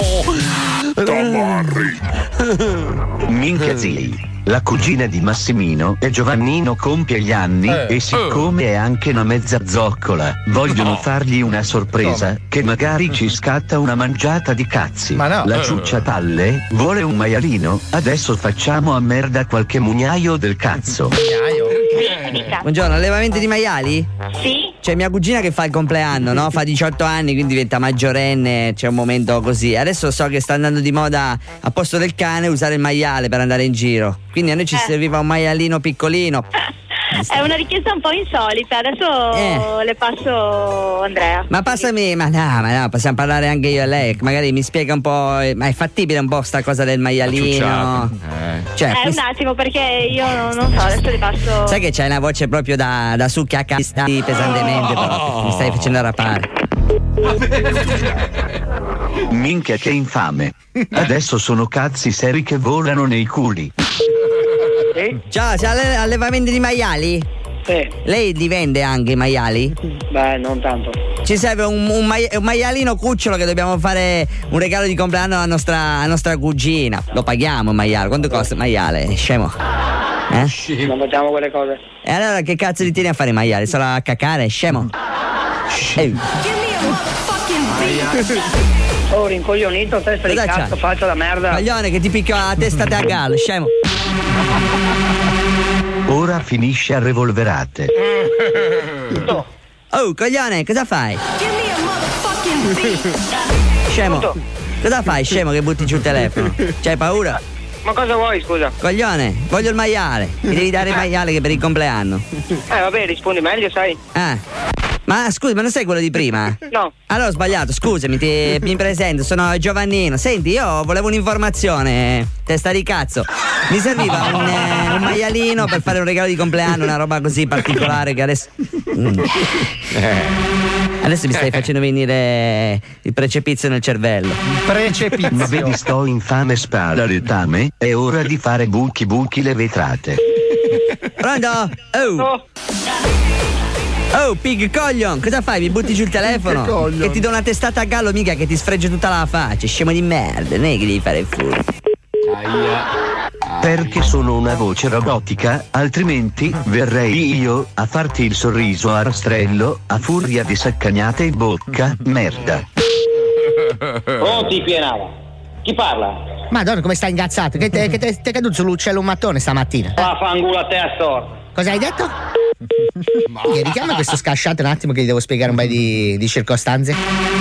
Tamarri. Minchia zii. La cugina di Massimino e Giovannino compie gli anni e siccome è anche una mezza zoccola, vogliono fargli una sorpresa che magari ci scatta una mangiata di cazzi. Ma no. La ciuccia Talle vuole un maialino, adesso facciamo a merda qualche mugnaio del cazzo. Buongiorno, allevamento di maiali? Sì. C'è mia cugina che fa il compleanno, no? Fa 18 anni, quindi diventa maggiorenne, c'è un momento così. Adesso so che sta andando di moda a posto del cane usare il maiale per andare in giro. Quindi a noi ci serviva un maialino piccolino. È una richiesta un po' insolita, adesso le passo Andrea. Ma passami, ma no, possiamo parlare anche io e lei, magari mi spiega un po', ma è fattibile un po' sta cosa del maialino? Un attimo, perché io non so, adesso le passo. Sai che c'hai una voce proprio da succhiacasti pesantemente, però mi stai facendo arrapare. Minchia che infame. Adesso sono cazzi seri che volano nei culi. Ciao, c'è allevamenti di maiali? Sì. Lei li vende anche i maiali? Beh, non tanto. Ci serve un maialino cucciolo che dobbiamo fare un regalo di compleanno alla nostra cugina. Lo paghiamo il maiale. Quanto costa il maiale? Scemo. Non facciamo quelle cose. E allora che cazzo li tieni a fare i maiali? Solo a cacare? Scemo. Oh, rincoglionito, testa di cazzo, faccia da merda. Coglione che ti picchio la testa a gallo, scemo. Ora finisce a revolverate. Oh, coglione, cosa fai? Scemo. Cosa fai, scemo, che butti giù il telefono? C'hai paura? Ma cosa vuoi, scusa? Coglione, voglio il maiale. Mi devi dare il maiale che per il compleanno. Vabbè, rispondi meglio, sai. Ma scusi, ma non sei quello di prima? No. Allora ho sbagliato, scusami, mi presento, sono Giovannino. Senti, io volevo un'informazione, testa di cazzo. Mi serviva un maialino per fare un regalo di compleanno, una roba così particolare che adesso. Adesso mi stai facendo venire il precepizio nel cervello. Precepizio. Ma vedi sto infame spara retame? È ora di fare buchi le vetrate. Pronto? Oh, pig coglion, cosa fai? Mi butti giù il telefono? Che ti do una testata a gallo, mica che ti sfregio tutta la faccia, scemo di merda, non è che devi fare il furbo. Perché sono una voce robotica, altrimenti verrei io a farti il sorriso a rastrello a furia di saccagnate in bocca, merda. Pronti, Pienava. Chi parla? Madonna, come stai ingazzato? Che ti è caduto sull'uccello un mattone stamattina? Fangulo a te a storto. Cosa hai detto? Richiama questo scasciato un attimo che gli devo spiegare un paio di circostanze.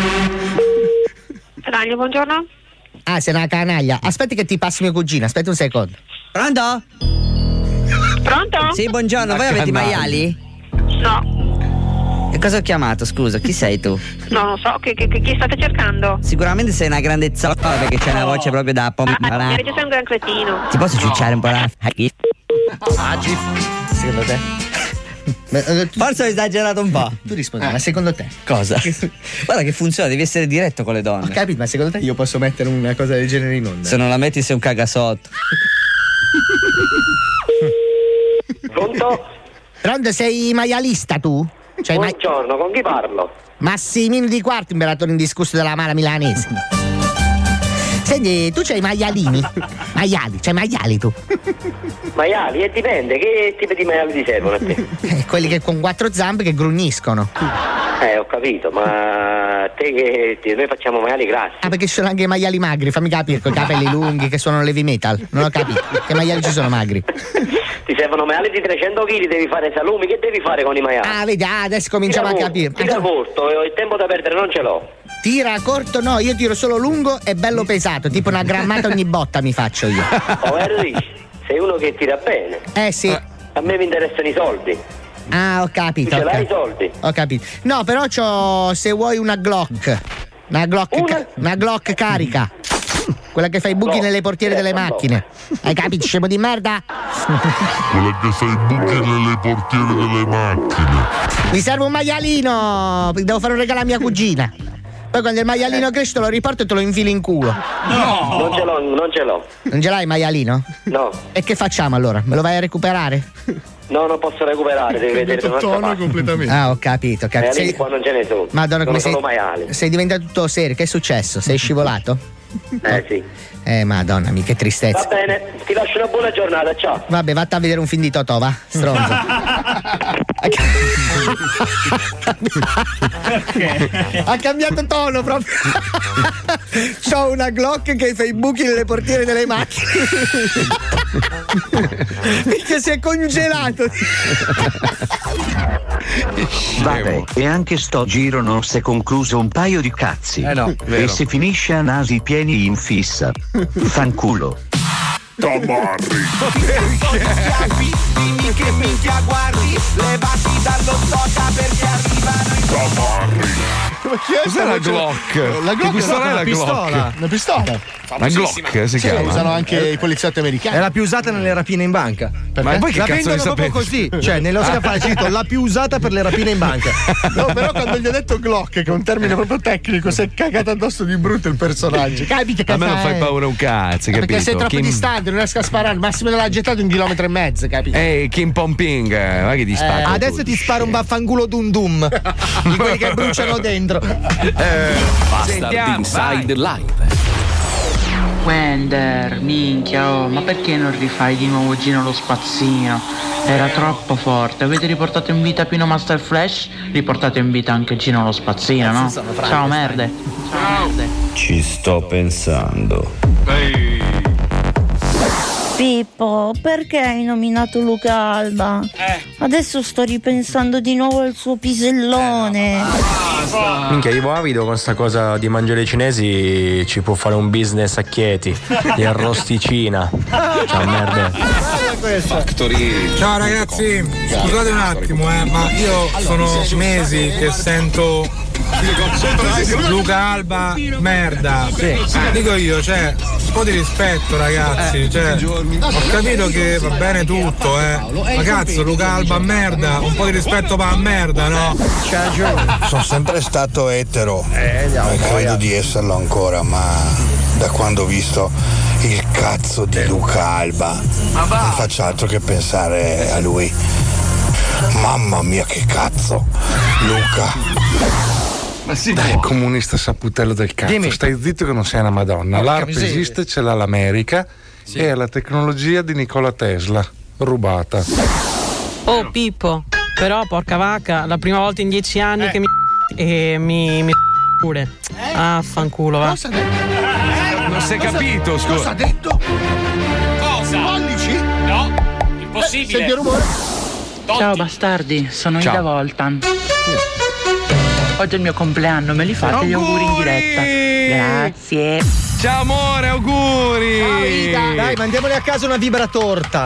Daniel, buongiorno. Ah, sei una canaglia. Aspetti che ti passi mio cugino, aspetta un secondo. Pronto? Pronto? Sì, buongiorno, voi avete i maiali? No. E cosa ho chiamato, scusa? Chi sei tu? No, non so, chi state cercando? Sicuramente sei una grande zoppa perché c'è una voce proprio da sei un gran cretino. Ti posso ciucciare un po' la secondo te? Forse ho esagerato un po'. Tu rispondi, ma secondo te? Cosa? Guarda che funziona, devi essere diretto con le donne. Ho capito, ma secondo te io posso mettere una cosa del genere in onda? Se non la metti sei un cagasotto. Pronto? Pronto, sei maialista tu? Buongiorno, con chi parlo? Massimino Di Quarto, imperatore indiscusso della mala milanese. Senti, tu c'hai i maialini? Maiali, c'hai maiali tu? Maiali? E dipende, che tipo di maiali ti servono a te? Quelli che con 4 zampe che grugniscono. Ho capito, ma te che noi facciamo maiali grassi. Ah, perché ci sono anche i maiali magri, fammi capire, con i capelli lunghi che suonano l'heavy metal. Non ho capito, che maiali ci sono magri? Ti servono maiali di 300 kg, devi fare salumi, che devi fare con i maiali? Ah, vedi, adesso cominciamo a capire. Tira corto, il tempo da perdere non ce l'ho. Tira corto no, io tiro solo lungo e bello pesato, tipo una grammata ogni botta mi faccio io. Oh Henry, sei uno che tira bene. Sì. A me mi interessano i soldi. Ah, ho capito. Tu ce l'hai i soldi? Ho capito. No, però c'ho, se vuoi, una Glock. Una Glock carica. Quella che fa i buchi nelle portiere delle macchine. Hai capito, scemo di merda? Quella che fa i buchi nelle portiere delle macchine. Mi serve un maialino. Devo fare un regalo a mia cugina. Poi quando il maialino cresce te lo riporto e te lo infili in culo. No! Non ce l'ho. Non ce l'hai il maialino? No. E che facciamo allora? Me lo vai a recuperare? No, non posso recuperare, devi vedere un'altra completamente. Ah, ho capito. Maiali qua non ce ne sono. Madonna, come sono maiali. Sei diventato tutto serio, che è successo? Sei scivolato? Sì. Madonna mia, che tristezza. Va bene, ti lascio una buona giornata, ciao. Vabbè, vatta a vedere un film di Totò, va, stronzo. Ha cambiato tono proprio. C'ho una Glock che fa i buchi nelle portiere delle macchine. Perché si è congelato. Vabbè, e anche sto giro non si è concluso un paio di cazzi. No, e si finisce a nasi pieni in fissa. Fanculo. Tamarri. Dimmi che minchia guardi, levati dallo stocca perché arrivano i tamarri. Cos'è la Glock? La Glock è una pistola. Una pistola. La Glock si chiama. Usano anche i poliziotti americani. È la più usata nelle rapine in banca. Ma poi che la cazzo vendono ne proprio sapete? così. Cioè, nello scaffale c'è scritto la più usata per le rapine in banca. No, però quando gli ho detto Glock, che è un termine proprio tecnico, si è cagato addosso di brutto il personaggio. Capite che A me non fai paura un cazzo, capito? Perché sei troppo distante, non riesco a sparare. Il massimo della gettata è 1,5 km, capito? Kim Pomping, va che ti spara. Adesso ti sparo un vaffanculo dum dum di quelli che bruciano dentro. Bastard Inside Live. Wender, minchia, ma perché non rifai di nuovo Gino lo spazzino? Era troppo forte. Avete riportato in vita Pino Master Flash? Riportate in vita anche Gino lo spazzino, no? Ciao merde. Ciao merde. Ci sto pensando. Pippo, perché hai nominato Luca Alba? Adesso sto ripensando di nuovo al suo pisellone. Minchia, Ivo Avido con sta cosa di mangiare cinesi ci può fare un business a Chieti di arrosticina. Ciao merda. Factory. Ciao ragazzi, scusate un attimo, ma io sono mesi che sento Luca Alba merda. Dico io, cioè, un po' di rispetto ragazzi, cioè, ho capito che va bene tutto, ma cazzo, Luca Alba merda, un po' di rispetto va a merda, no? Sono sempre stato etero, credo di esserlo ancora, ma da quando ho visto il cazzo di Luca Alba non faccio altro che pensare a lui. Mamma mia che cazzo, Luca. Ma sì, dai, comunista saputello del cazzo. Dimmi. Stai zitto che non sei una madonna. Porca L'ARP miseria. esiste, ce l'ha l'America e è la tecnologia di Nikola Tesla, rubata. Oh Pippo, però porca vacca, la prima volta in 10 anni che mi pure. Affanculo, va. Cosa ha detto? Non si è capito, scusa. Cosa ha detto? Cosa? Pollici? No, impossibile. Senti il rumore? Ciao bastardi, sono Ciao. Ida Voltan. Oggi è il mio compleanno, me li fate gli auguri in diretta? Grazie. Ciao amore, auguri. Dai, mandiamoli a casa una vibratorta.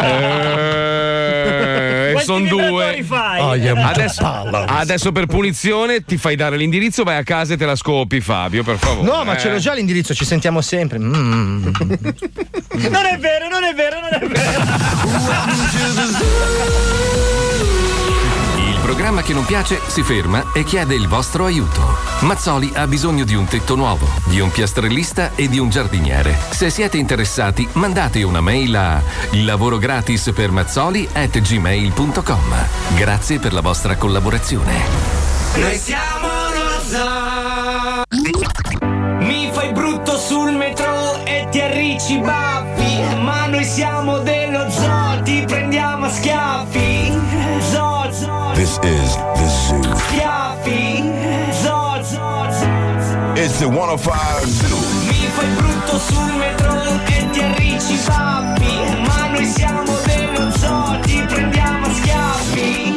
Sono due. Adesso per punizione ti fai dare l'indirizzo, vai a casa e te la scopi, Fabio, per favore. No, ma ce l'ho già l'indirizzo, ci sentiamo sempre. Non è vero, non è vero, non è vero. programma che non piace si ferma e chiede il vostro aiuto. Mazzoli ha bisogno di un tetto nuovo, di un piastrellista e di un giardiniere. Se siete interessati, mandate una mail a lavorogratisperazzoli@gmail.com. Grazie per la vostra collaborazione. Noi siamo lo zoo. Mi fai brutto sul metro e ti arricci i baffi, ma noi siamo dello zoo, ti prendiamo a schiaffi. Zoo, zoo. This is the zoo. Schiaffi. Zoo, zoo, zoo. It's the 105 Zoo. Mi fai brutto sul metro e ti arricci i baffi, ma noi siamo dello zoo, ti prendiamo a schiaffi.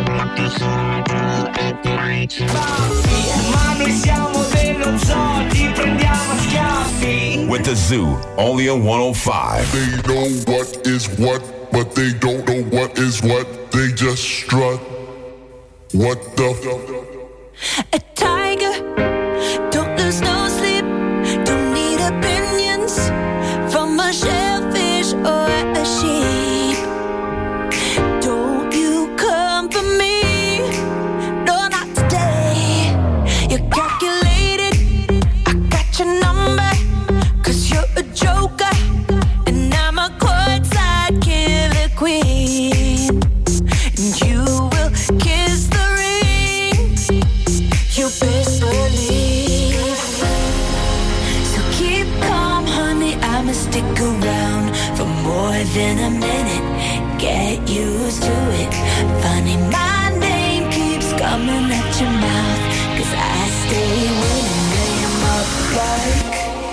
Ma noi siamo dello zoo, ti prendiamo a schiaffi. With the zoo, only on 105. They know what is what, but they don't know what is what. They just strut. What the? A tiger, don't lose no sleep, don't need opinions from a shellfish or a sheep. Don't you come for me, no, not today. You're calculated, I got your number, 'cause you're a joker, and I'm a courtside killer queen. And you will kiss the ring, you best believe. So keep calm, honey, I'ma stick around for more than a minute. Get used to it. Funny, my name keeps coming at your mouth, 'cause I stay winning, lay 'em up like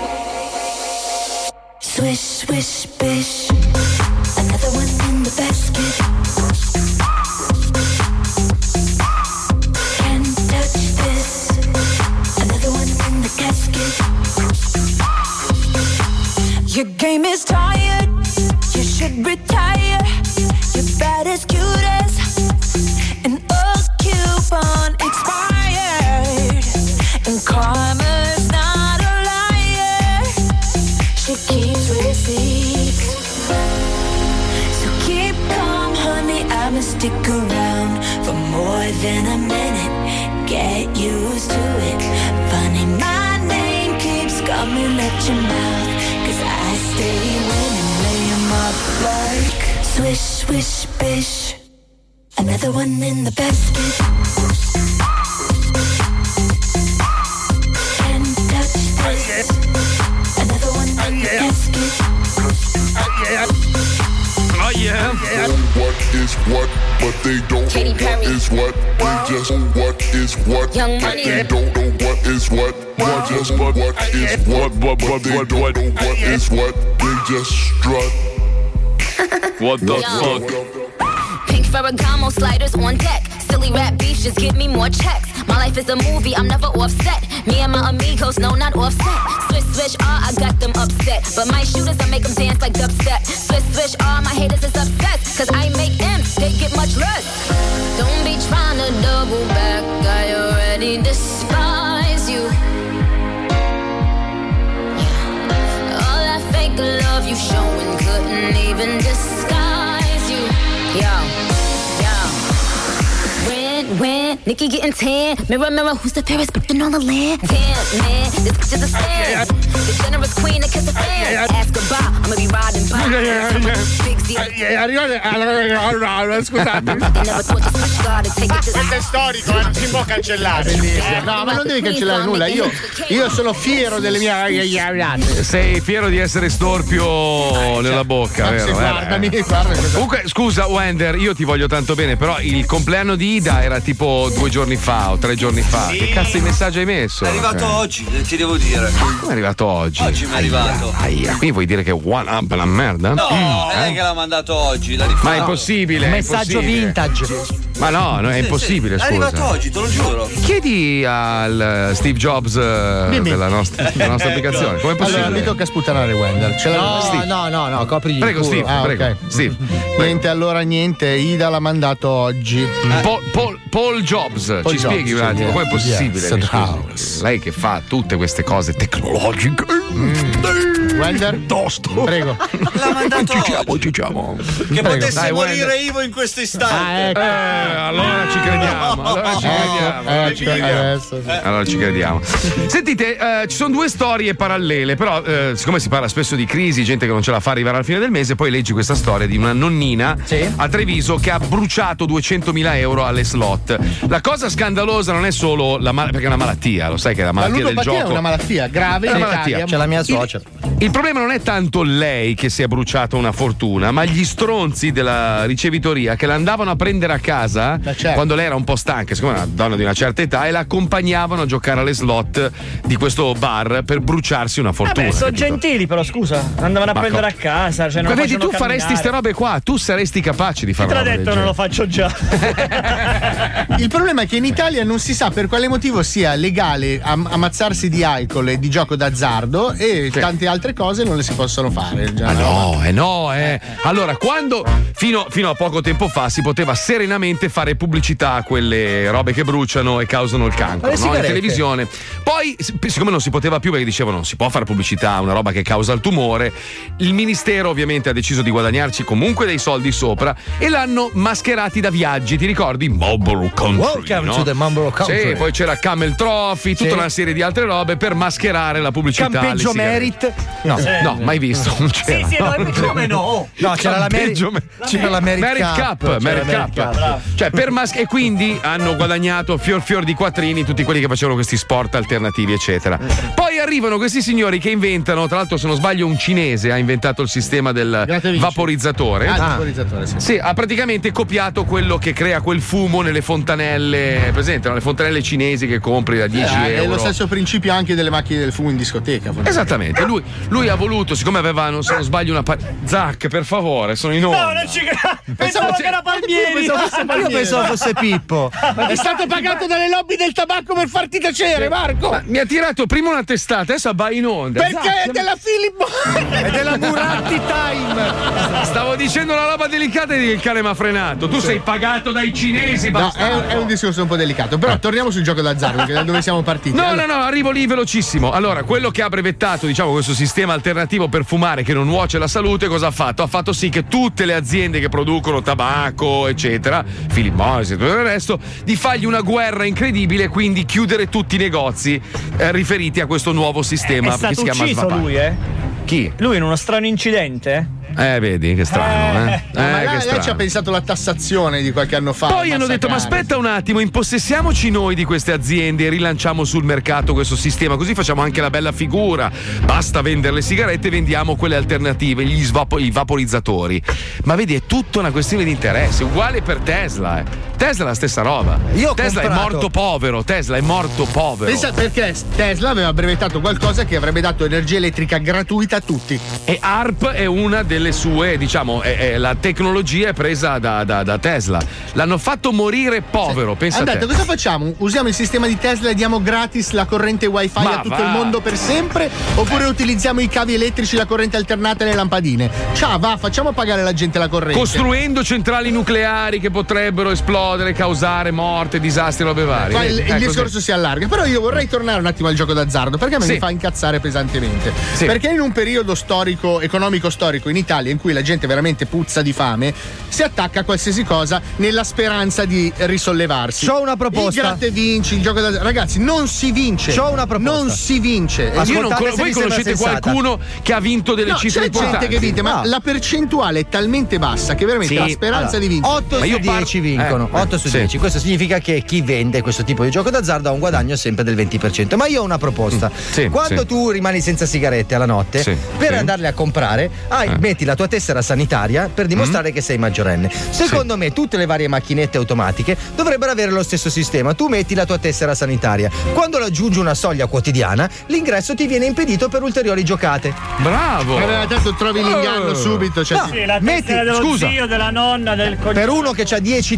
swish, swish, bish. Another one in the basket. Can't touch this. Another one in the casket. Your game is tired, you should retire. You're bad as cute as an old coupon expired. And karma's not a liar, she keeps receipts. So keep calm, honey, I'ma stick around for more than a minute. Get used to it. Funny, my name keeps coming at your mouth, 'cause I stay winning, lay 'em up like swish, swish, bish. Another one in the basket. Can't touch this. Another one in the basket. Oh yeah. What is what, but they don't know what is what. They just know what is what, Young but Money. they don't know what is what. They just know what is what, but they don't know what is what. They just strut. What the fuck? Pink Ferragamo sliders on deck. Silly rap beef, just give me more checks. My life is a movie, I'm never offset. Me and my amigos, no, not offset. Switch, switch, I got them upset. But my shooters, I make them dance like dubstep. Switch, switch, my haters is obsessed. 'Cause I make M's, they get much less. Don't be trying to double back, I already despise you. All that fake love you showing couldn't even disguise you. When Nikki getting tan, mirror, mirror, who's the fairest bitch on the land? Damn, man, this bitch is a stand. The generous queen that kiss the fan. Ask goodbye, I'ma be riding by. Big Z. Scusate. Questo è storico, non si può cancellare. No, ma non devi cancellare nulla. Io sono fiero delle mie ragazze. Sei fiero di essere storpio nella bocca, vero? Guardami. Comunque, scusa, Wender, io ti voglio tanto bene, però il compleanno di Ida era tipo 2 giorni fa o 3 giorni fa. Sì. Che cazzo di messaggio hai messo? È arrivato oggi, ti devo dire. Come è arrivato oggi? Oggi mi è arrivato. Quindi vuoi dire che one up la merda? No, non è che l'ha mandato oggi, l'ha Ma è impossibile. Un messaggio vintage. Ma no, è impossibile, È scusa. arrivato oggi, te lo giuro. Chiedi al Steve Jobs della nostra applicazione. Come è possibile? Allora mi tocca sputtanare Wendell. No, coprigli. Prego, il culo. Steve, prego. ok. Steve. Niente, allora niente, Ida l'ha mandato oggi. Paul Jobs, Paul ci spieghi un Jobs, attimo, com'è possibile? yes, Mi scusi? Lei che fa tutte queste cose tecnologiche. Wender? Tosto. Prego. L'ha mandato Cicciamo. Che potesse Dai, morire Wender. Ivo in questo istante. ecco. Allora ci crediamo. Allora ci crediamo. Sentite, ci sono due storie parallele, però siccome si parla spesso di crisi, gente che non ce la fa arrivare alla fine del mese, poi leggi questa storia di una nonnina a Treviso che ha bruciato 200.000 euro alle slot. La cosa scandalosa non è solo perché è una malattia, lo sai che è la malattia del ludopatia gioco. è una malattia grave in Italia. C'è la mia suocera. Il problema non è tanto lei che si è bruciata una fortuna, ma gli stronzi della ricevitoria che la andavano a prendere a casa quando lei era un po' stanca, siccome è una donna di una certa età, e la accompagnavano a giocare alle slot di questo bar per bruciarsi una fortuna. Vabbè, sono capito? gentili, però scusa, andavano a prendere a casa. Cioè non Ma lo vedi, tu facciano faresti camminare. ste robe qua, tu saresti capace di Chi fare te l'ha una roba detto del non lo genere. faccio già? Il problema è che in Italia non si sa per quale motivo sia legale ammazzarsi di alcol e di gioco d'azzardo e tante altre cose non le si possono fare. Allora, quando fino a poco tempo fa si poteva serenamente fare pubblicità a quelle robe che bruciano e causano il cancro, Le no? In sigarette. televisione. Poi, siccome non si poteva più perché dicevano non si può fare pubblicità a una roba che causa il tumore, il ministero ovviamente ha deciso di guadagnarci comunque dei soldi sopra e l'hanno mascherati da viaggi, ti ricordi? Marlboro Country. Welcome no? to the Marlboro Country. Sì, poi c'era Camel Trophy, tutta Sì. una serie di altre robe per mascherare la pubblicità. Campeggio alle sigarette. Merit. No, mai visto. Non c'era. come no? No, c'era la Merit. C'era la Merit Cup. C'era la Merit Cup. Cioè, e quindi hanno guadagnato fior di quattrini tutti quelli che facevano questi sport alternativi, eccetera. Poi arrivano questi signori che inventano, tra l'altro, se non sbaglio, un cinese ha inventato il sistema del vaporizzatore. Vaporizzatore, sì. Sì, ha praticamente copiato quello che crea quel fumo nelle fontanelle, presente, no? Le fontanelle cinesi che compri da 10 È euro. lo stesso principio anche delle macchine del fumo in discoteca. Esattamente, lui ha voluto, siccome aveva, se non sbaglio, una Zac, per favore, sono in onda. No, non ci credo. Pensavo che era Palmieri. Io pensavo fosse Pippo. È stato pagato dalle lobby del tabacco per farti tacere, Marco. Ma mi ha tirato prima una testata, adesso vai in onda. Perché è della Philip È della Muratti Time. Stavo dicendo una roba delicata e il cane mi ha frenato. Tu sei pagato dai cinesi, No, bastardo. è un discorso un po' delicato. Però torniamo sul gioco d'azzardo, che è da dove siamo partiti. No, Allora- no, arrivo lì velocissimo. Allora, quello che ha brevettato, diciamo, questo sistema alternativo per fumare che non nuoce alla salute, cosa ha fatto? Ha fatto sì che tutte le aziende che producono tabacco, eccetera, Philip Morris e tutto il resto, di fargli una guerra incredibile e quindi chiudere tutti i negozi riferiti a questo nuovo sistema È che stato si chiama ucciso Svapar. lui, Chi? Lui in uno strano incidente? Vedi, che strano, No, ma che lei strano. ci ha pensato la tassazione di qualche anno fa. Poi hanno detto: ma aspetta un attimo, impossessiamoci noi di queste aziende e rilanciamo sul mercato questo sistema, così facciamo anche la bella figura. Basta vendere le sigarette, vendiamo quelle alternative, i vaporizzatori. Ma vedi, è tutta una questione di interesse, uguale per Tesla. Tesla è la stessa roba. Tesla è morto povero. Pensa perché Tesla aveva brevettato qualcosa che avrebbe dato energia elettrica gratuita a tutti. E ARP è una delle sue, diciamo, la tecnologia è presa da Tesla. L'hanno fatto morire povero, pensa Hanno a te. detto: cosa facciamo? Usiamo il sistema di Tesla e diamo gratis la corrente wifi Ma a tutto va. il mondo per sempre? Oppure utilizziamo i cavi elettrici, la corrente alternata e le lampadine? Ciao, facciamo pagare la gente la corrente. Costruendo centrali nucleari che potrebbero esplodere, causare morte, disastri, robe varie. Qua il Vedi? discorso si allarga. Però io vorrei tornare un attimo al gioco d'azzardo, perché a me Sì. mi fa incazzare pesantemente. Sì. Perché in un periodo storico, economico storico in Italia, in cui la gente veramente puzza di fame, si attacca a qualsiasi cosa nella speranza di risollevarsi. C'ho una proposta. Il gratta e vinci, il gioco d'azzardo. Ragazzi, non si vince. C'ho una proposta. Non si vince. Voi conoscete qualcuno che ha vinto delle No, cifre c'è importanti? gente che vince, ma la percentuale è talmente bassa che veramente Sì, la speranza di vincere. 8 su 10 vincono. 8 su 10. Questo significa che chi vende questo tipo di gioco d'azzardo ha un guadagno sempre del 20%. Ma io ho una proposta. Quando tu rimani senza sigarette alla notte, per andarle a comprare, metti la tua tessera sanitaria per dimostrare che sei maggiorenne. Secondo me tutte le varie macchinette automatiche dovrebbero avere lo stesso sistema. Tu metti la tua tessera sanitaria. Quando raggiungi una soglia quotidiana, l'ingresso ti viene impedito per ulteriori giocate. Bravo! Tanto trovi l'inganno subito. Cioè Sì, la tessera dello zio, della nonna, del cognato. Per uno che ha 10 tessere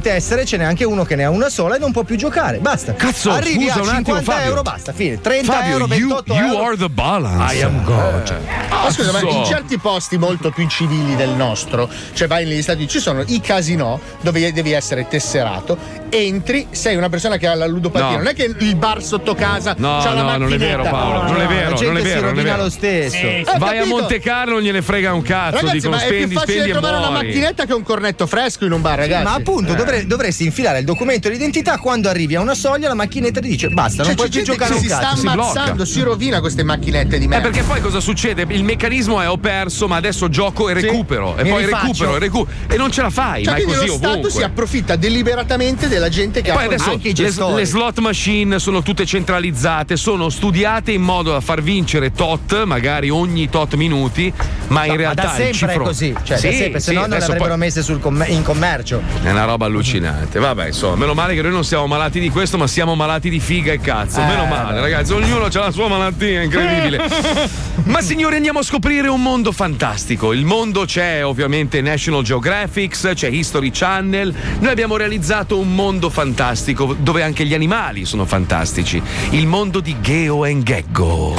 ce n'è anche uno che ne ha una sola e non può più giocare. Basta. Cazzo, arrivi scusa a un attimo, 50 Fabio. euro, basta, fine. 30 Fabio, euro, 28 you euro. are the balance. I am God. Ma scusa, ma in certi posti molto più civili del nostro, cioè vai negli Stati Uniti, ci sono i casinò dove devi essere tesserato, entri, sei una persona che ha la ludopatia, No. non è che il bar sotto casa No, c'ha la macchinetta. non è vero, Paolo, non è vero, la gente non è si vero, non è rovina vero. lo stesso. Vai a capito. Monte Carlo, non gliene frega un cazzo, Ragazzi, dicono ma è più spendi facile e trovare una muori. macchinetta che un cornetto fresco in un bar, ragazzi. Ma appunto dovresti infilare il documento d'identità, quando arrivi a una soglia la macchinetta ti dice basta, non puoi più giocare un si sta cazzo. ammazzando, si rovina queste macchinette di merda. Perché poi cosa succede? Il meccanismo è ho perso, ma adesso gioco e recupero. E mi poi rifaccio. recupero e non ce la fai, Cioè, ma è quindi così lo Stato ovunque. si approfitta deliberatamente della gente che E ha poi adesso anche i gestori. le slot machine sono tutte centralizzate, sono studiate in modo da far vincere tot, magari ogni tot minuti, ma in realtà da sempre il cifro... è così, cioè Sì, da sempre, se no non le adesso avrebbero poi- messe in commercio. È una roba allucinante. Vabbè, insomma, meno male che noi non siamo malati di questo, ma siamo malati di figa e cazzo. Meno male, ragazzi, ognuno ha la sua malattia, incredibile. Ma signori, andiamo a scoprire un mondo fantastico. Il mondo c'è ovviamente National Geographic, c'è History Channel. Noi abbiamo realizzato un mondo fantastico dove anche gli animali sono fantastici. Il mondo di Geo e Gecko.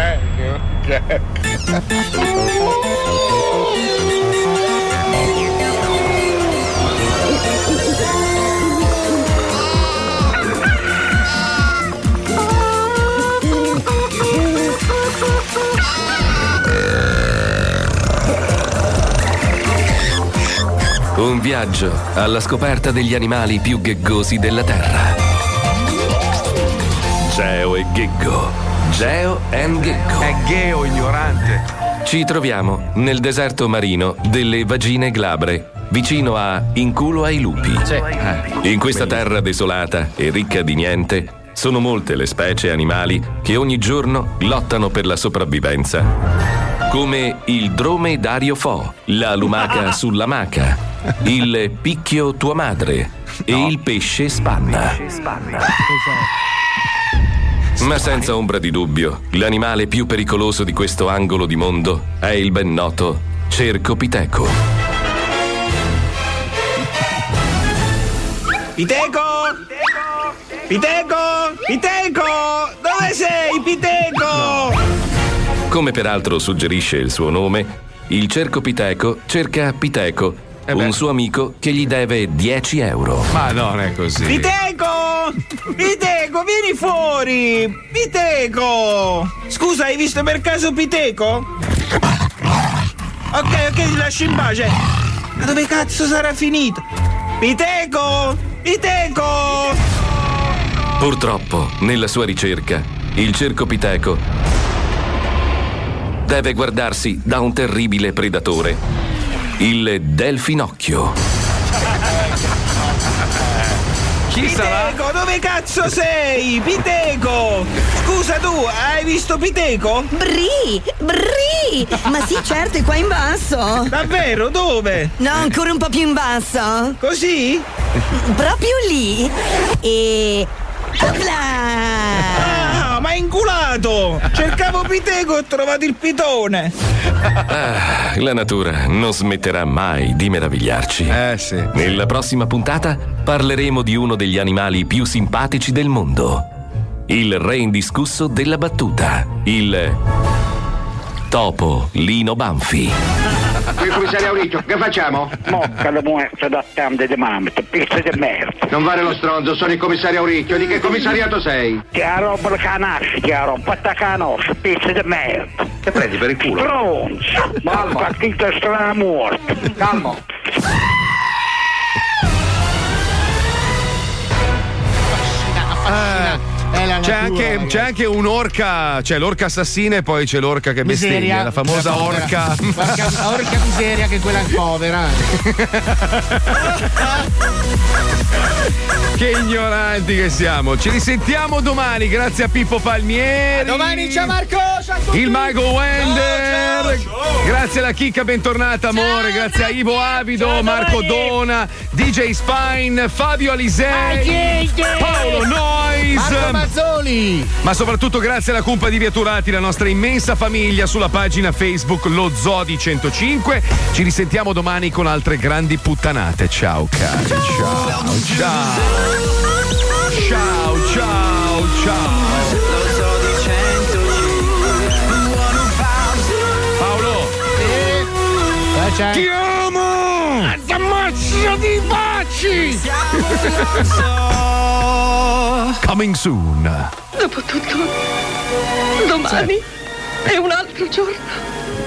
Un viaggio alla scoperta degli animali più gheggosi della Terra. Geo e Gecko. Geo and Gecko. È Geo ignorante. Ci troviamo nel deserto marino delle vagine glabre, vicino a In culo ai lupi. In questa terra desolata e ricca di niente, sono molte le specie animali che ogni giorno lottano per la sopravvivenza. Come il dromedario fo, la lumaca sulla maca, il picchio tua madre e il pesce spanna. Ma senza ombra di dubbio, l'animale più pericoloso di questo angolo di mondo è il ben noto cercopiteco. Piteco! Piteco! Piteco! Dove sei, Piteco? Come peraltro suggerisce il suo nome, il cercopiteco cerca Piteco, un suo amico che gli deve 10 euro. Ma non è così. Piteco! Piteco, vieni fuori! Piteco! Scusa, hai visto per caso Piteco? Ok, ti lascio in pace. Ma dove cazzo sarà finito? Piteco! Piteco! Purtroppo, nella sua ricerca, il cercopiteco deve guardarsi da un terribile predatore, il delfinocchio. Chi sarà? Piteco, dove cazzo sei? Piteco! Scusa, tu hai visto Piteco? Bri! Ma sì, certo, è qua in basso. Davvero? Dove? No, ancora un po' più in basso. Così? Proprio lì. E... Ah, ma è inculato! Cercavo Piteco e ho trovato il pitone. La natura non smetterà mai di meravigliarci. Sì. Nella prossima puntata parleremo di uno degli animali più simpatici del mondo. Il re indiscusso della battuta. Il topo Lino Banfi. Qui commissario Auricchio, che facciamo? Mocca la muestra da tante di mammete, pizza di merda. Non vale lo stronzo, sono il commissario Auricchio, di che commissariato sei? Che a roba la canasci, che a roba da canoscia, pizza di merda. Che prendi per il culo? Stronzo! Ma partita strana morta. Calmo. C'è anche un'orca, c'è l'orca assassina e poi c'è l'orca che bestemmia, la famosa orca. Orca miseria, che quella è povera. Che ignoranti che siamo. Ci risentiamo domani, grazie a Pippo Palmieri. Domani, ciao Marco! Ciao! il mago Wender, grazie alla Chicca, bentornata amore, grazie a Ivo Avido, Marco Dona, DJ Spine, Fabio Alisei, Paolo Nois, Marco Mazzoli, ma soprattutto grazie alla cumpa di Viaturati, la nostra immensa famiglia sulla pagina Facebook Lo Zodi 105. Ci risentiamo domani con altre grandi puttanate. Ciao cari, ciao. Paolo, ti amo! Ammazzo di baci! Coming soon. Dopotutto, domani è un altro giorno.